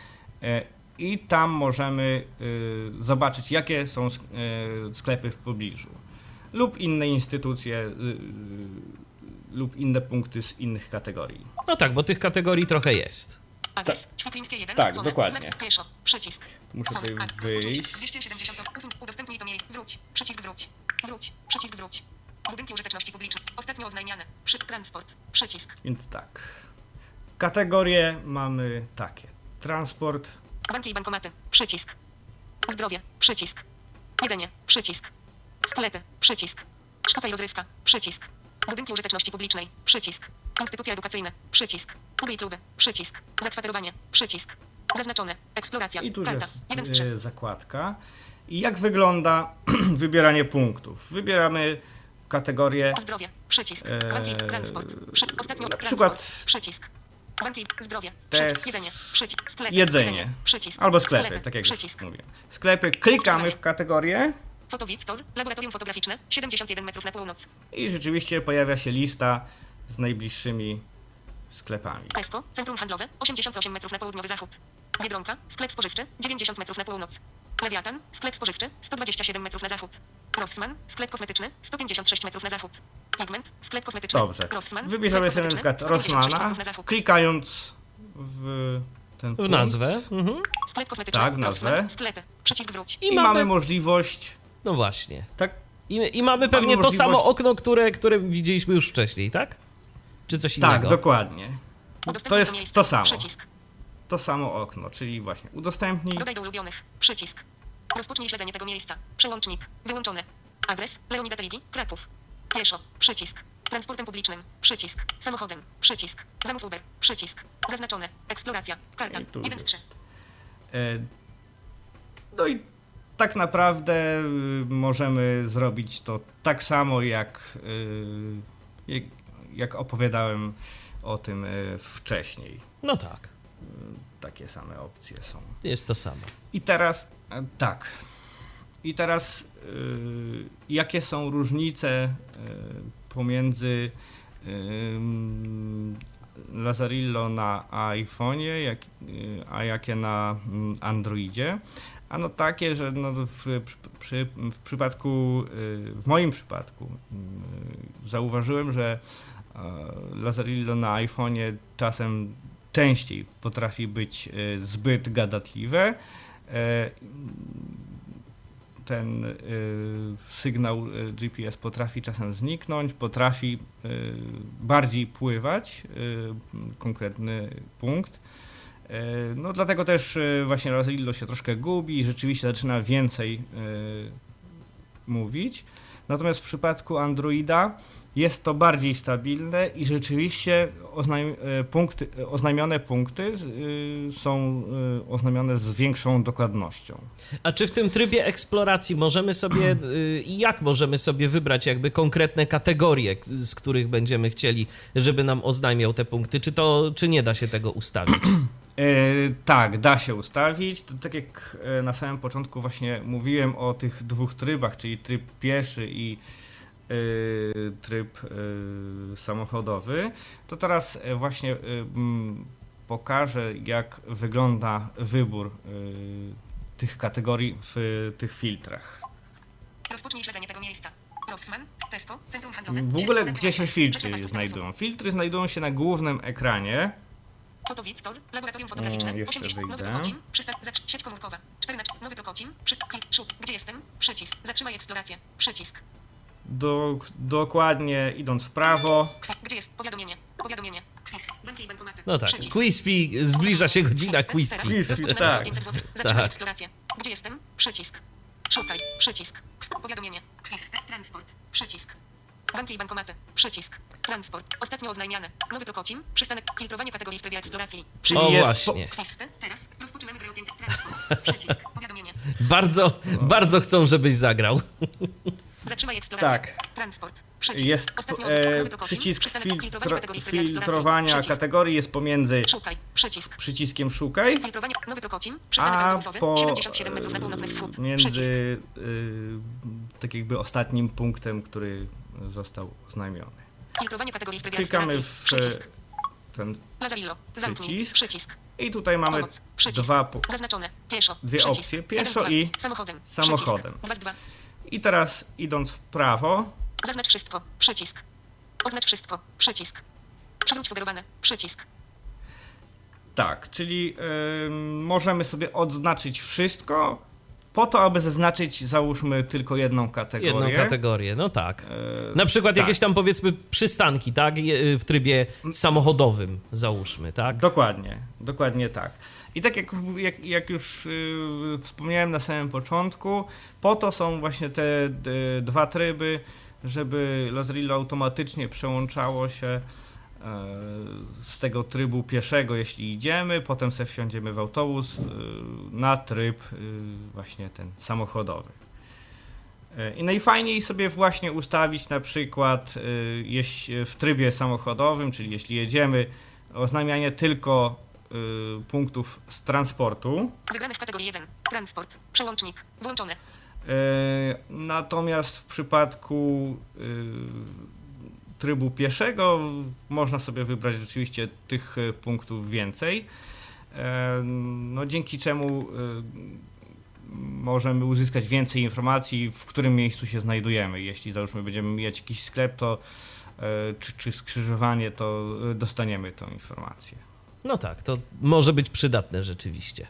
i tam możemy zobaczyć, jakie są sklepy w pobliżu lub inne instytucje lub inne punkty z innych kategorii. No tak, bo tych kategorii trochę jest. Adres. Ćwiklińskie jeden. Tak, Wolne. dokładnie. Znak. Pieszo. Przycisk. Muszę tutaj Wolne. A. wyjść. Rozpoczęcie. dwieście siedemdziesiąt. Usuń. Udostępnij to miejsce. Wróć. Przycisk wróć. Wróć. Przycisk wróć. Budynki użyteczności publicznej. Ostatnio oznajmiane. Przy... Transport. Przycisk. Więc tak. Kategorie mamy takie. Transport. Banki i bankomaty. Przycisk. Zdrowie. Przycisk. Jedzenie. Przycisk. Sklepy. Przycisk. Sztuka i rozrywka. Przycisk. Budynki użyteczności publicznej. Przycisk. Instytucje edukacyjne. Przycisk. Kluby i kluby. Przycisk. Zakwaterowanie. Przycisk. Zaznaczone. Eksploracja. I tu Karta. jest jeden z trzech. y, zakładka. I jak wygląda wybieranie punktów? Wybieramy kategorię. Zdrowie. Przycisk. Banki. Eee, Transport. Przy... Ostatnio. na Transport. przykład Przycisk. Banki. Zdrowie. te Przycisk. Jedzenie. Przycisk. Sklepy. jedzenie. Przycisk. Albo sklepy, Sklepy. tak jak Przycisk. już mówię. Sklepy, klikamy w kategorię Fotowictor. Laboratorium fotograficzne. siedemdziesiąt jeden metrów na północ. i rzeczywiście pojawia się lista z najbliższymi sklepami. Tesco. Centrum handlowe. osiemdziesiąt osiem metrów na południowy zachód. Biedronka. Sklep spożywczy. dziewięćdziesiąt metrów na północ. Lewiatan. Sklep spożywczy. sto dwadzieścia siedem metrów na zachód. Rossmann. Sklep kosmetyczny. sto pięćdziesiąt sześć metrów na zachód. Pigment. Sklep kosmetyczny. Dobrze. Rossmann. Wybierzemy sklep sobie na kosmetyczny, przykład sto pięćdziesiąt sześć Rossmana, metrów na zachód. klikając w ten W punkt. nazwę. Mhm. Sklep kosmetyczny. Tak, nazwę. Rossmann. Sklepy. Przycisk wróć. I, I mamy... mamy możliwość, No właśnie. tak, I, I mamy pewnie to możliwość- samo okno, które, które widzieliśmy już wcześniej, tak? Czy coś tak, innego? dokładnie. Udostępnij To jest miejsce. to samo. Przycisk. To samo okno, czyli właśnie udostępnij. Dodaj do ulubionych. Przycisk. Rozpocznij śledzenie tego miejsca. Przełącznik. Wyłączone. Adres. Leonida Teligi. Kraków. Pieszo. Przycisk. Transportem publicznym. Przycisk. Samochodem. Przycisk. Zamów Uber. Przycisk. Zaznaczone. Eksploracja. Karta. I tu jeden z jest. trzech. E, No i tak naprawdę y, możemy zrobić to tak samo jak, y, jak, jak opowiadałem o tym y, wcześniej. No tak, Takie same opcje są. jest to samo. I teraz e, tak. I teraz y, jakie są różnice y, pomiędzy y, Lazarillo na iPhone'ie, jak, y, a jakie na mm, Androidzie? Ano takie, że no w, przy, przy, w przypadku, y, w moim przypadku y, zauważyłem, że y, Lazarillo na iPhone'ie czasem częściej potrafi być y, zbyt gadatliwe. E, ten y, sygnał y, G P S potrafi czasem zniknąć, potrafi y, bardziej pływać y, konkretny punkt. Y, no dlatego też y, właśnie Lazarillo się troszkę gubi i rzeczywiście zaczyna więcej y, mówić. Natomiast w przypadku Androida jest to bardziej stabilne i rzeczywiście oznajm, punkty, oznajmione punkty y, są y, oznajmione z większą dokładnością. A czy w tym trybie eksploracji możemy sobie, y, jak możemy sobie wybrać jakby konkretne kategorie, k- z których będziemy chcieli, żeby nam oznajmiał te punkty? Czy to, czy nie da się tego ustawić? E, tak, da się ustawić. To tak jak e, na samym początku właśnie mówiłem o tych dwóch trybach, czyli tryb pieszy i e, tryb e, samochodowy, to teraz e, właśnie e, m, pokażę, jak wygląda wybór e, tych kategorii w tych filtrach. Rozpocznij śledzenie tego miejsca. Rossmann. Tesco. Centrum handlowe. W ogóle Siedem- gdzie się Rzeczy filtry Państwa znajdują? Filtry znajdują się na głównym ekranie. Fotowictor. Laboratorium fotograficzne. Mm, jeszcze osiemdziesiąt. Nowy wyjdę. Prokocim. Przysta- zacz- sieć komórkowa. cztery na Nowy Prokocim. Przy... Klik. Szuk. Gdzie jestem? Przycisk. Zatrzymaj eksplorację. Przycisk. Do, dokładnie idąc w prawo. Kwe- Gdzie jest? Powiadomienie. Powiadomienie. Quiz. Banki i bankomaty. No tak, Przycisk. Quispy, zbliża się godzina Quispy. Quispy, Zaczynamy tak. pięćset złotych. Zatrzymaj Tak. eksplorację. Gdzie jestem? Przycisk. Szukaj. Przycisk. Kw- Powiadomienie. Quiz. Transport. Przycisk. Banki i bankomaty. Przycisk. Transport. Ostatnio oznajmiane. Nowy Prokocim. Przystanek. Filtrowanie kategorii w trybie eksploracji. Czyli O jest właśnie. Quiz. Teraz. Rozpoczynamy grę o pięćset. Transport. Przycisk. Powiadomienie. Bardzo, bardzo chcą, żebyś zagrał. Zatrzymaj eksplorację. Tak. Transport. Przycisk. jest Ostatni e, oznacz. Nowy Prokocim. przycisk Przystanek filtrowania filtro, kategorii w trybie eksploracji. filtrowania Przycisk. kategorii jest pomiędzy Szukaj. Przycisk. przyciskiem szukaj, Filtrowanie. Nowy Prokocim. Przystanek a autobusowy. po siedemdziesiąt siedem metrów na północny wschód. Przycisk. między y, tak jakby ostatnim punktem, który został oznajmiony. Filtrowanie kategorii w trybie Klikamy eksploracji. w Przycisk. ten Lazarillo. Zamknij. przycisk. Przycisk. i tutaj mamy Pomoc. Przycisk. dwa po, Zaznaczone. Pieszo. dwie Przycisk. opcje, pieszo jeden z i dwa. Samochodem. samochodem. dwa z dwa. I teraz idąc w prawo, Zaznacz wszystko. Przycisk. Oznacz wszystko. Przycisk. Przywróć sugerowane. Przycisk. tak, czyli y, możemy sobie odznaczyć wszystko po to, aby zaznaczyć, załóżmy, tylko jedną kategorię. Jedną kategorię, no tak. E, Na przykład tak. jakieś tam, powiedzmy, przystanki, tak? Je- W trybie samochodowym, załóżmy, tak? Dokładnie, dokładnie tak. I tak jak już, mów- jak, jak już yy, wspomniałem na samym początku, po to są właśnie te d, dwa tryby, żeby Lazarillo automatycznie przełączało się e, z tego trybu pieszego, jeśli idziemy, potem sobie wsiądziemy w autobus, y, na tryb y, właśnie ten samochodowy. Y, I najfajniej sobie właśnie ustawić na przykład y, jeśli w trybie samochodowym, czyli jeśli jedziemy, oznajmianie tylko y, punktów z transportu. Wybrane w kategorii jeden. Transport. Przełącznik. Włączone. E, Natomiast w przypadku y, trybu pieszego w- można sobie wybrać rzeczywiście tych e, punktów więcej, E, no dzięki czemu y, możemy uzyskać więcej informacji, w którym miejscu się znajdujemy. Jeśli załóżmy będziemy mieć jakiś sklep, to e, czy, czy skrzyżowanie, to e, dostaniemy tą informację. No tak, to może być przydatne rzeczywiście.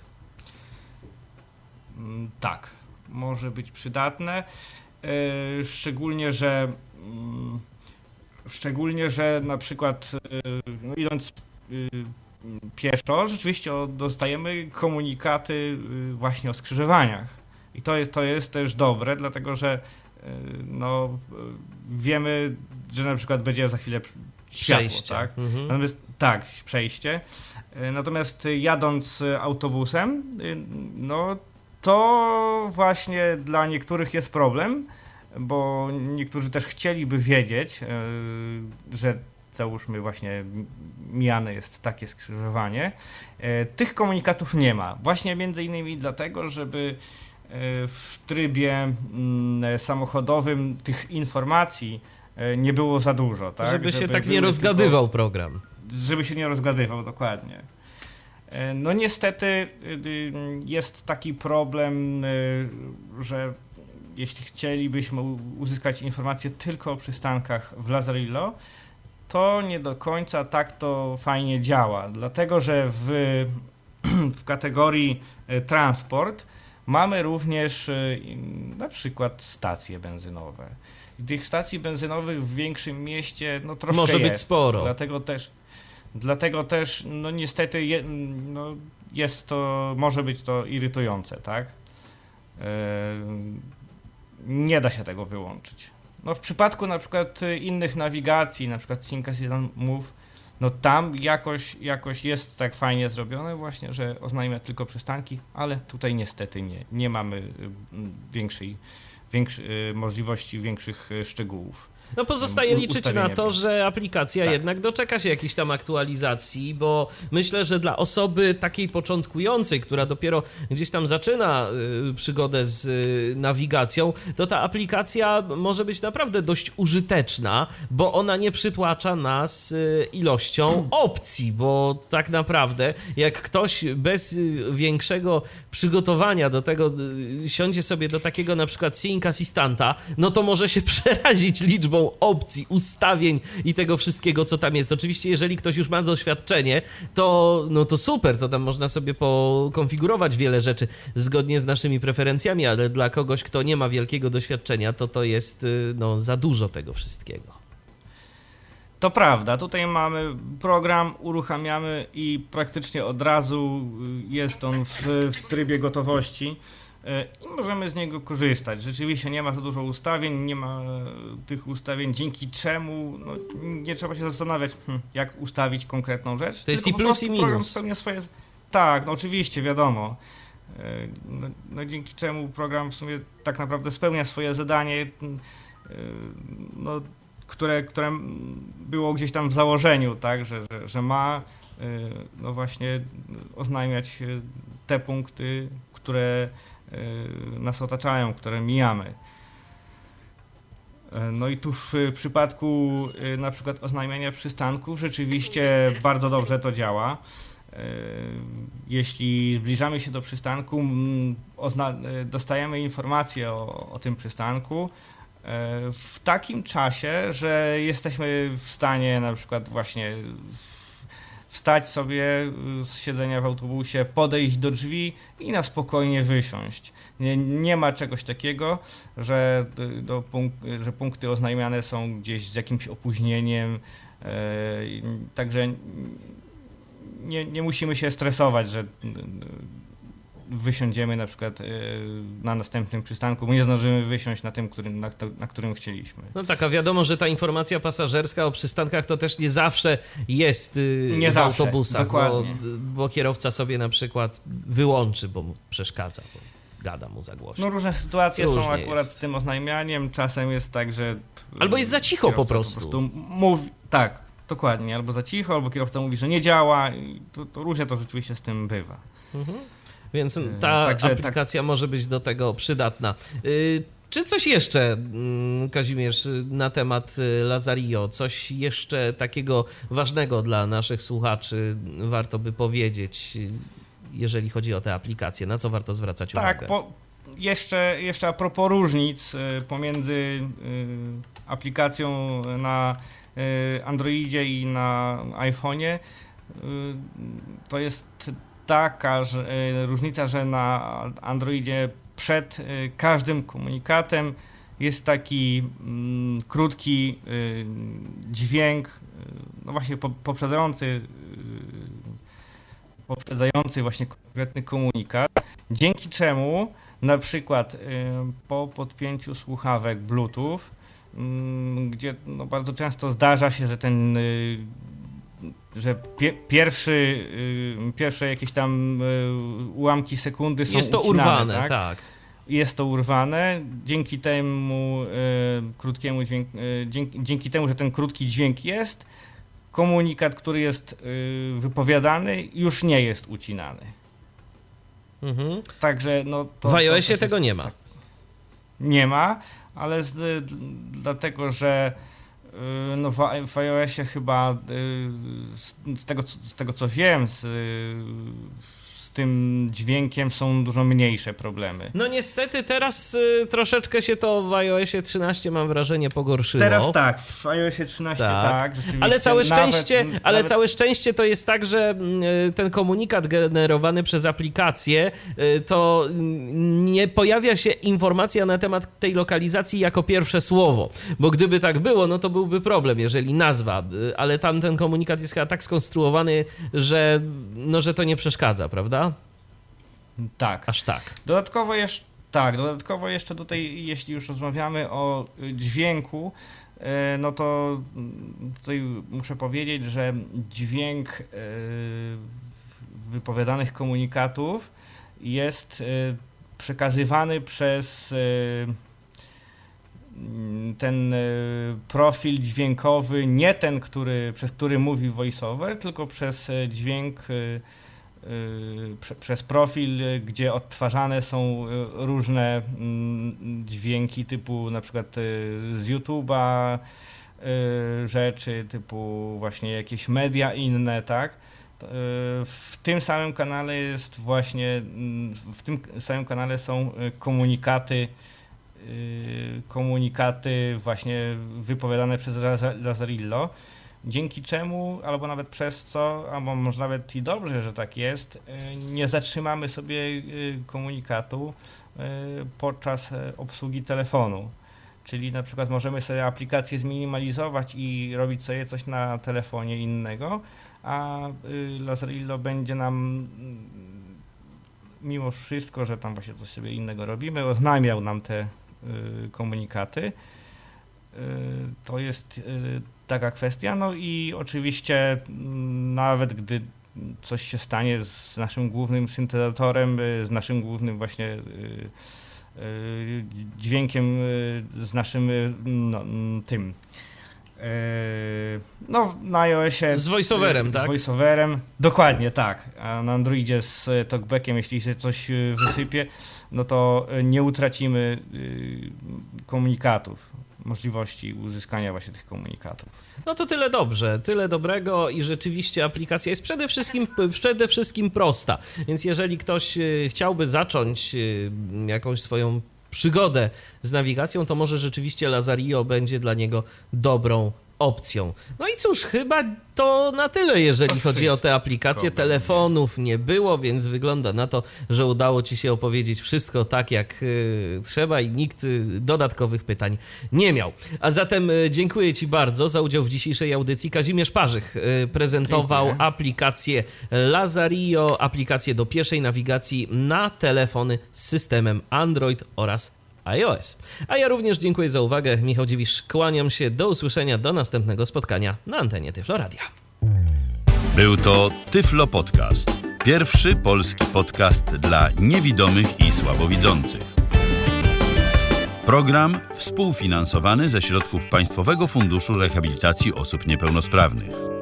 Mm, Tak, może być przydatne, e, szczególnie, że mm, szczególnie, że na przykład e, no, idąc y, pieszo, rzeczywiście o- dostajemy komunikaty y, właśnie o skrzyżowaniach. I to jest, to jest też dobre, dlatego że y, no, y, wiemy, że na przykład będzie za chwilę przy- światło, Przejście. tak? Mhm. Natomiast tak, przejście. Y, Natomiast jadąc y, autobusem, y, no to właśnie dla niektórych jest problem, bo niektórzy też chcieliby wiedzieć, y, że załóżmy właśnie mijane jest takie skrzyżowanie. Y, Tych komunikatów nie ma. Właśnie między innymi dlatego, żeby y, w trybie mm, samochodowym tych informacji y, nie było za dużo, tak? Żeby się tak nie były rozgadywał program. Tylko, żeby się nie rozgadywał, dokładnie. E, No niestety y, y, jest taki problem, y, że jeśli chcielibyśmy u- uzyskać informacje tylko o przystankach w Lazarillo, to nie do końca tak to fajnie działa, dlatego że w, w kategorii e, transport mamy również e, na przykład stacje benzynowe. I tych stacji benzynowych w większym mieście no troszkę Może być jest, sporo. Dlatego też, dlatego też no niestety je, no, jest to, może być to irytujące, tak? E, nie da się tego wyłączyć. No w przypadku na przykład y, innych nawigacji, na przykład Sync Assistant Move, no tam jakoś, jakoś jest tak fajnie zrobione właśnie, że oznajmia tylko przystanki, ale tutaj niestety nie. Nie mamy y, m, większej, większy, y, możliwości większych y, szczegółów. No pozostaje U- liczyć ustawienia na to, biegu. że aplikacja Tak. jednak doczeka się jakiejś tam aktualizacji, bo myślę, że dla osoby takiej początkującej, która dopiero gdzieś tam zaczyna y, przygodę z y, nawigacją, to ta aplikacja może być naprawdę dość użyteczna, bo ona nie przytłacza nas y, ilością opcji, bo tak naprawdę jak ktoś bez y, większego przygotowania do tego y, siądzie sobie do takiego na przykład Sync Assistanta, no to może się przerazić liczbą opcji, ustawień i tego wszystkiego, co tam jest. Oczywiście, jeżeli ktoś już ma doświadczenie, to, no to super, to tam można sobie pokonfigurować wiele rzeczy zgodnie z naszymi preferencjami, ale dla kogoś, kto nie ma wielkiego doświadczenia, to to jest y, no, za dużo tego wszystkiego. To prawda, tutaj mamy program, uruchamiamy i praktycznie od razu y, jest on w, w trybie gotowości y, i możemy z niego korzystać. Rzeczywiście nie ma za dużo ustawień, nie ma e, tych ustawień, dzięki czemu no, nie trzeba się zastanawiać, hm, jak ustawić konkretną rzecz. To jest tylko i po plus, prostu i program minus. spełnia swoje... Tak, no oczywiście, wiadomo. E, No, no dzięki czemu program w sumie tak naprawdę spełnia swoje zadanie. y, No które, które było gdzieś tam w założeniu, tak, że, że, że ma no właśnie oznajmiać te punkty, które nas otaczają, które mijamy. No i tu w przypadku na przykład oznajmiania przystanków rzeczywiście bardzo dobrze to działa. Jeśli zbliżamy się do przystanku, dostajemy informację o, o tym przystanku w takim czasie, że jesteśmy w stanie na przykład właśnie wstać sobie z siedzenia w autobusie, podejść do drzwi i na spokojnie wysiąść. Nie, nie ma czegoś takiego, że, do punk- że punkty oznajmiane są gdzieś z jakimś opóźnieniem, yy, także nie, nie musimy się stresować, że wysiądziemy na przykład yy, na następnym przystanku, bo nie zdążymy wysiąść na tym, którym, na, na którym chcieliśmy. No tak, a wiadomo, że ta informacja pasażerska o przystankach to też nie zawsze jest yy, nie w zawsze, autobusach, bo, dokładnie. bo kierowca sobie na przykład wyłączy, bo mu przeszkadza, bo gada mu za głośno. No różne sytuacje Różnie są akurat jest. z tym oznajmianiem, czasem jest tak, że... Albo jest za cicho po prostu. po prostu mówi, tak, dokładnie, albo za cicho, albo kierowca mówi, że nie działa, i to, to różnie to rzeczywiście z tym bywa. Mhm. Więc ta Także, aplikacja tak... może być do tego przydatna. Yy, czy coś jeszcze, yy, Kazimierz, na temat Lazarillo? Coś jeszcze takiego ważnego dla naszych słuchaczy warto by powiedzieć, jeżeli chodzi o tę aplikację? Na co warto zwracać uwagę? Tak, po, jeszcze, jeszcze a propos różnic y, pomiędzy y, aplikacją na y, Androidzie i na iPhone'ie, y, to jest taka że, y, różnica, że na Androidzie przed y, każdym komunikatem jest taki mm, krótki y, dźwięk, y, no właśnie po, poprzedzający y, poprzedzający właśnie konkretny komunikat, dzięki czemu na przykład y, po podpięciu słuchawek Bluetooth, y, gdzie no, bardzo często zdarza się, że ten y, że pie, pierwszy, y, pierwsze jakieś tam y, ułamki sekundy są Jest to ucinane, urwane, tak? tak. Jest to urwane, dzięki temu y, krótkiemu dźwięk, y, dzięki, dzięki temu, że ten krótki dźwięk jest, komunikat, który jest y, wypowiadany, już nie jest ucinany. Mhm. Także no to... W iOSie to tego jest, nie ma. Tak, nie ma, ale z, d, dlatego, że y, no w, w iOSie chyba y, z, z, tego, z tego co wiem, z, z tym dźwiękiem są dużo mniejsze problemy. No niestety teraz y, troszeczkę się to w iOSie trzynaście, mam wrażenie, pogorszyło. Teraz tak, w iOSie trzynaście tak, tak rzeczywiście. Ale całe szczęście, nawet, ale nawet... całe szczęście to jest tak, że y, ten komunikat generowany przez aplikację, y, to y, nie pojawia się informacja na temat tej lokalizacji jako pierwsze słowo, bo gdyby tak było, no to byłby problem, jeżeli nazwa, y, ale tam ten komunikat jest chyba tak skonstruowany, że, no, że to nie przeszkadza, prawda? Tak. Aż tak. Dodatkowo jeszcze, tak, dodatkowo jeszcze tutaj, jeśli już rozmawiamy o dźwięku, no to tutaj muszę powiedzieć, że dźwięk wypowiadanych komunikatów jest przekazywany przez ten profil dźwiękowy, nie ten, który, przez który mówi VoiceOver, tylko przez dźwięk Prze, przez profil, gdzie odtwarzane są różne dźwięki typu na przykład z YouTube'a, rzeczy typu właśnie jakieś media inne, tak? W tym samym kanale jest właśnie, w tym samym kanale są komunikaty, komunikaty właśnie wypowiadane przez Lazarillo. Dzięki czemu, albo nawet przez co, albo może nawet i dobrze, że tak jest, nie zatrzymamy sobie komunikatu podczas obsługi telefonu. Czyli na przykład możemy sobie aplikację zminimalizować i robić sobie coś na telefonie innego, a Lazarillo będzie nam, mimo wszystko, że tam właśnie coś sobie innego robimy, oznajmiał nam te komunikaty. To jest taka kwestia, no i oczywiście nawet gdy coś się stanie z naszym głównym syntezatorem, z naszym głównym właśnie dźwiękiem, z naszym no, tym no na iOSie Z voiceoverem, tak? Z voiceoverem, dokładnie tak. A na Androidzie z talkbackiem, jeśli się coś wysypie, no to nie utracimy komunikatów, możliwości uzyskania właśnie tych komunikatów. No to tyle dobrze, tyle dobrego i rzeczywiście aplikacja jest przede wszystkim, przede wszystkim prosta, więc jeżeli ktoś chciałby zacząć jakąś swoją przygodę z nawigacją, to może rzeczywiście Lazarillo będzie dla niego dobrą opcją. No i cóż, chyba to na tyle, jeżeli To chodzi o te aplikacje. wszystko Telefonów nie było, więc wygląda na to, że udało ci się opowiedzieć wszystko tak, jak y, trzeba i nikt y, dodatkowych pytań nie miał. A zatem y, dziękuję ci bardzo za udział w dzisiejszej audycji. Kazimierz Parzych y, prezentował Dziękuję. aplikację Lazarillo, aplikację do pieszej nawigacji na telefony z systemem Android oraz iOS. A ja również dziękuję za uwagę. Michał Dziwisz, kłaniam się. Do usłyszenia, do następnego spotkania na antenie Tyflo Radia. Był to Tyflo Podcast. Pierwszy polski podcast dla niewidomych i słabowidzących. Program współfinansowany ze środków Państwowego Funduszu Rehabilitacji Osób Niepełnosprawnych.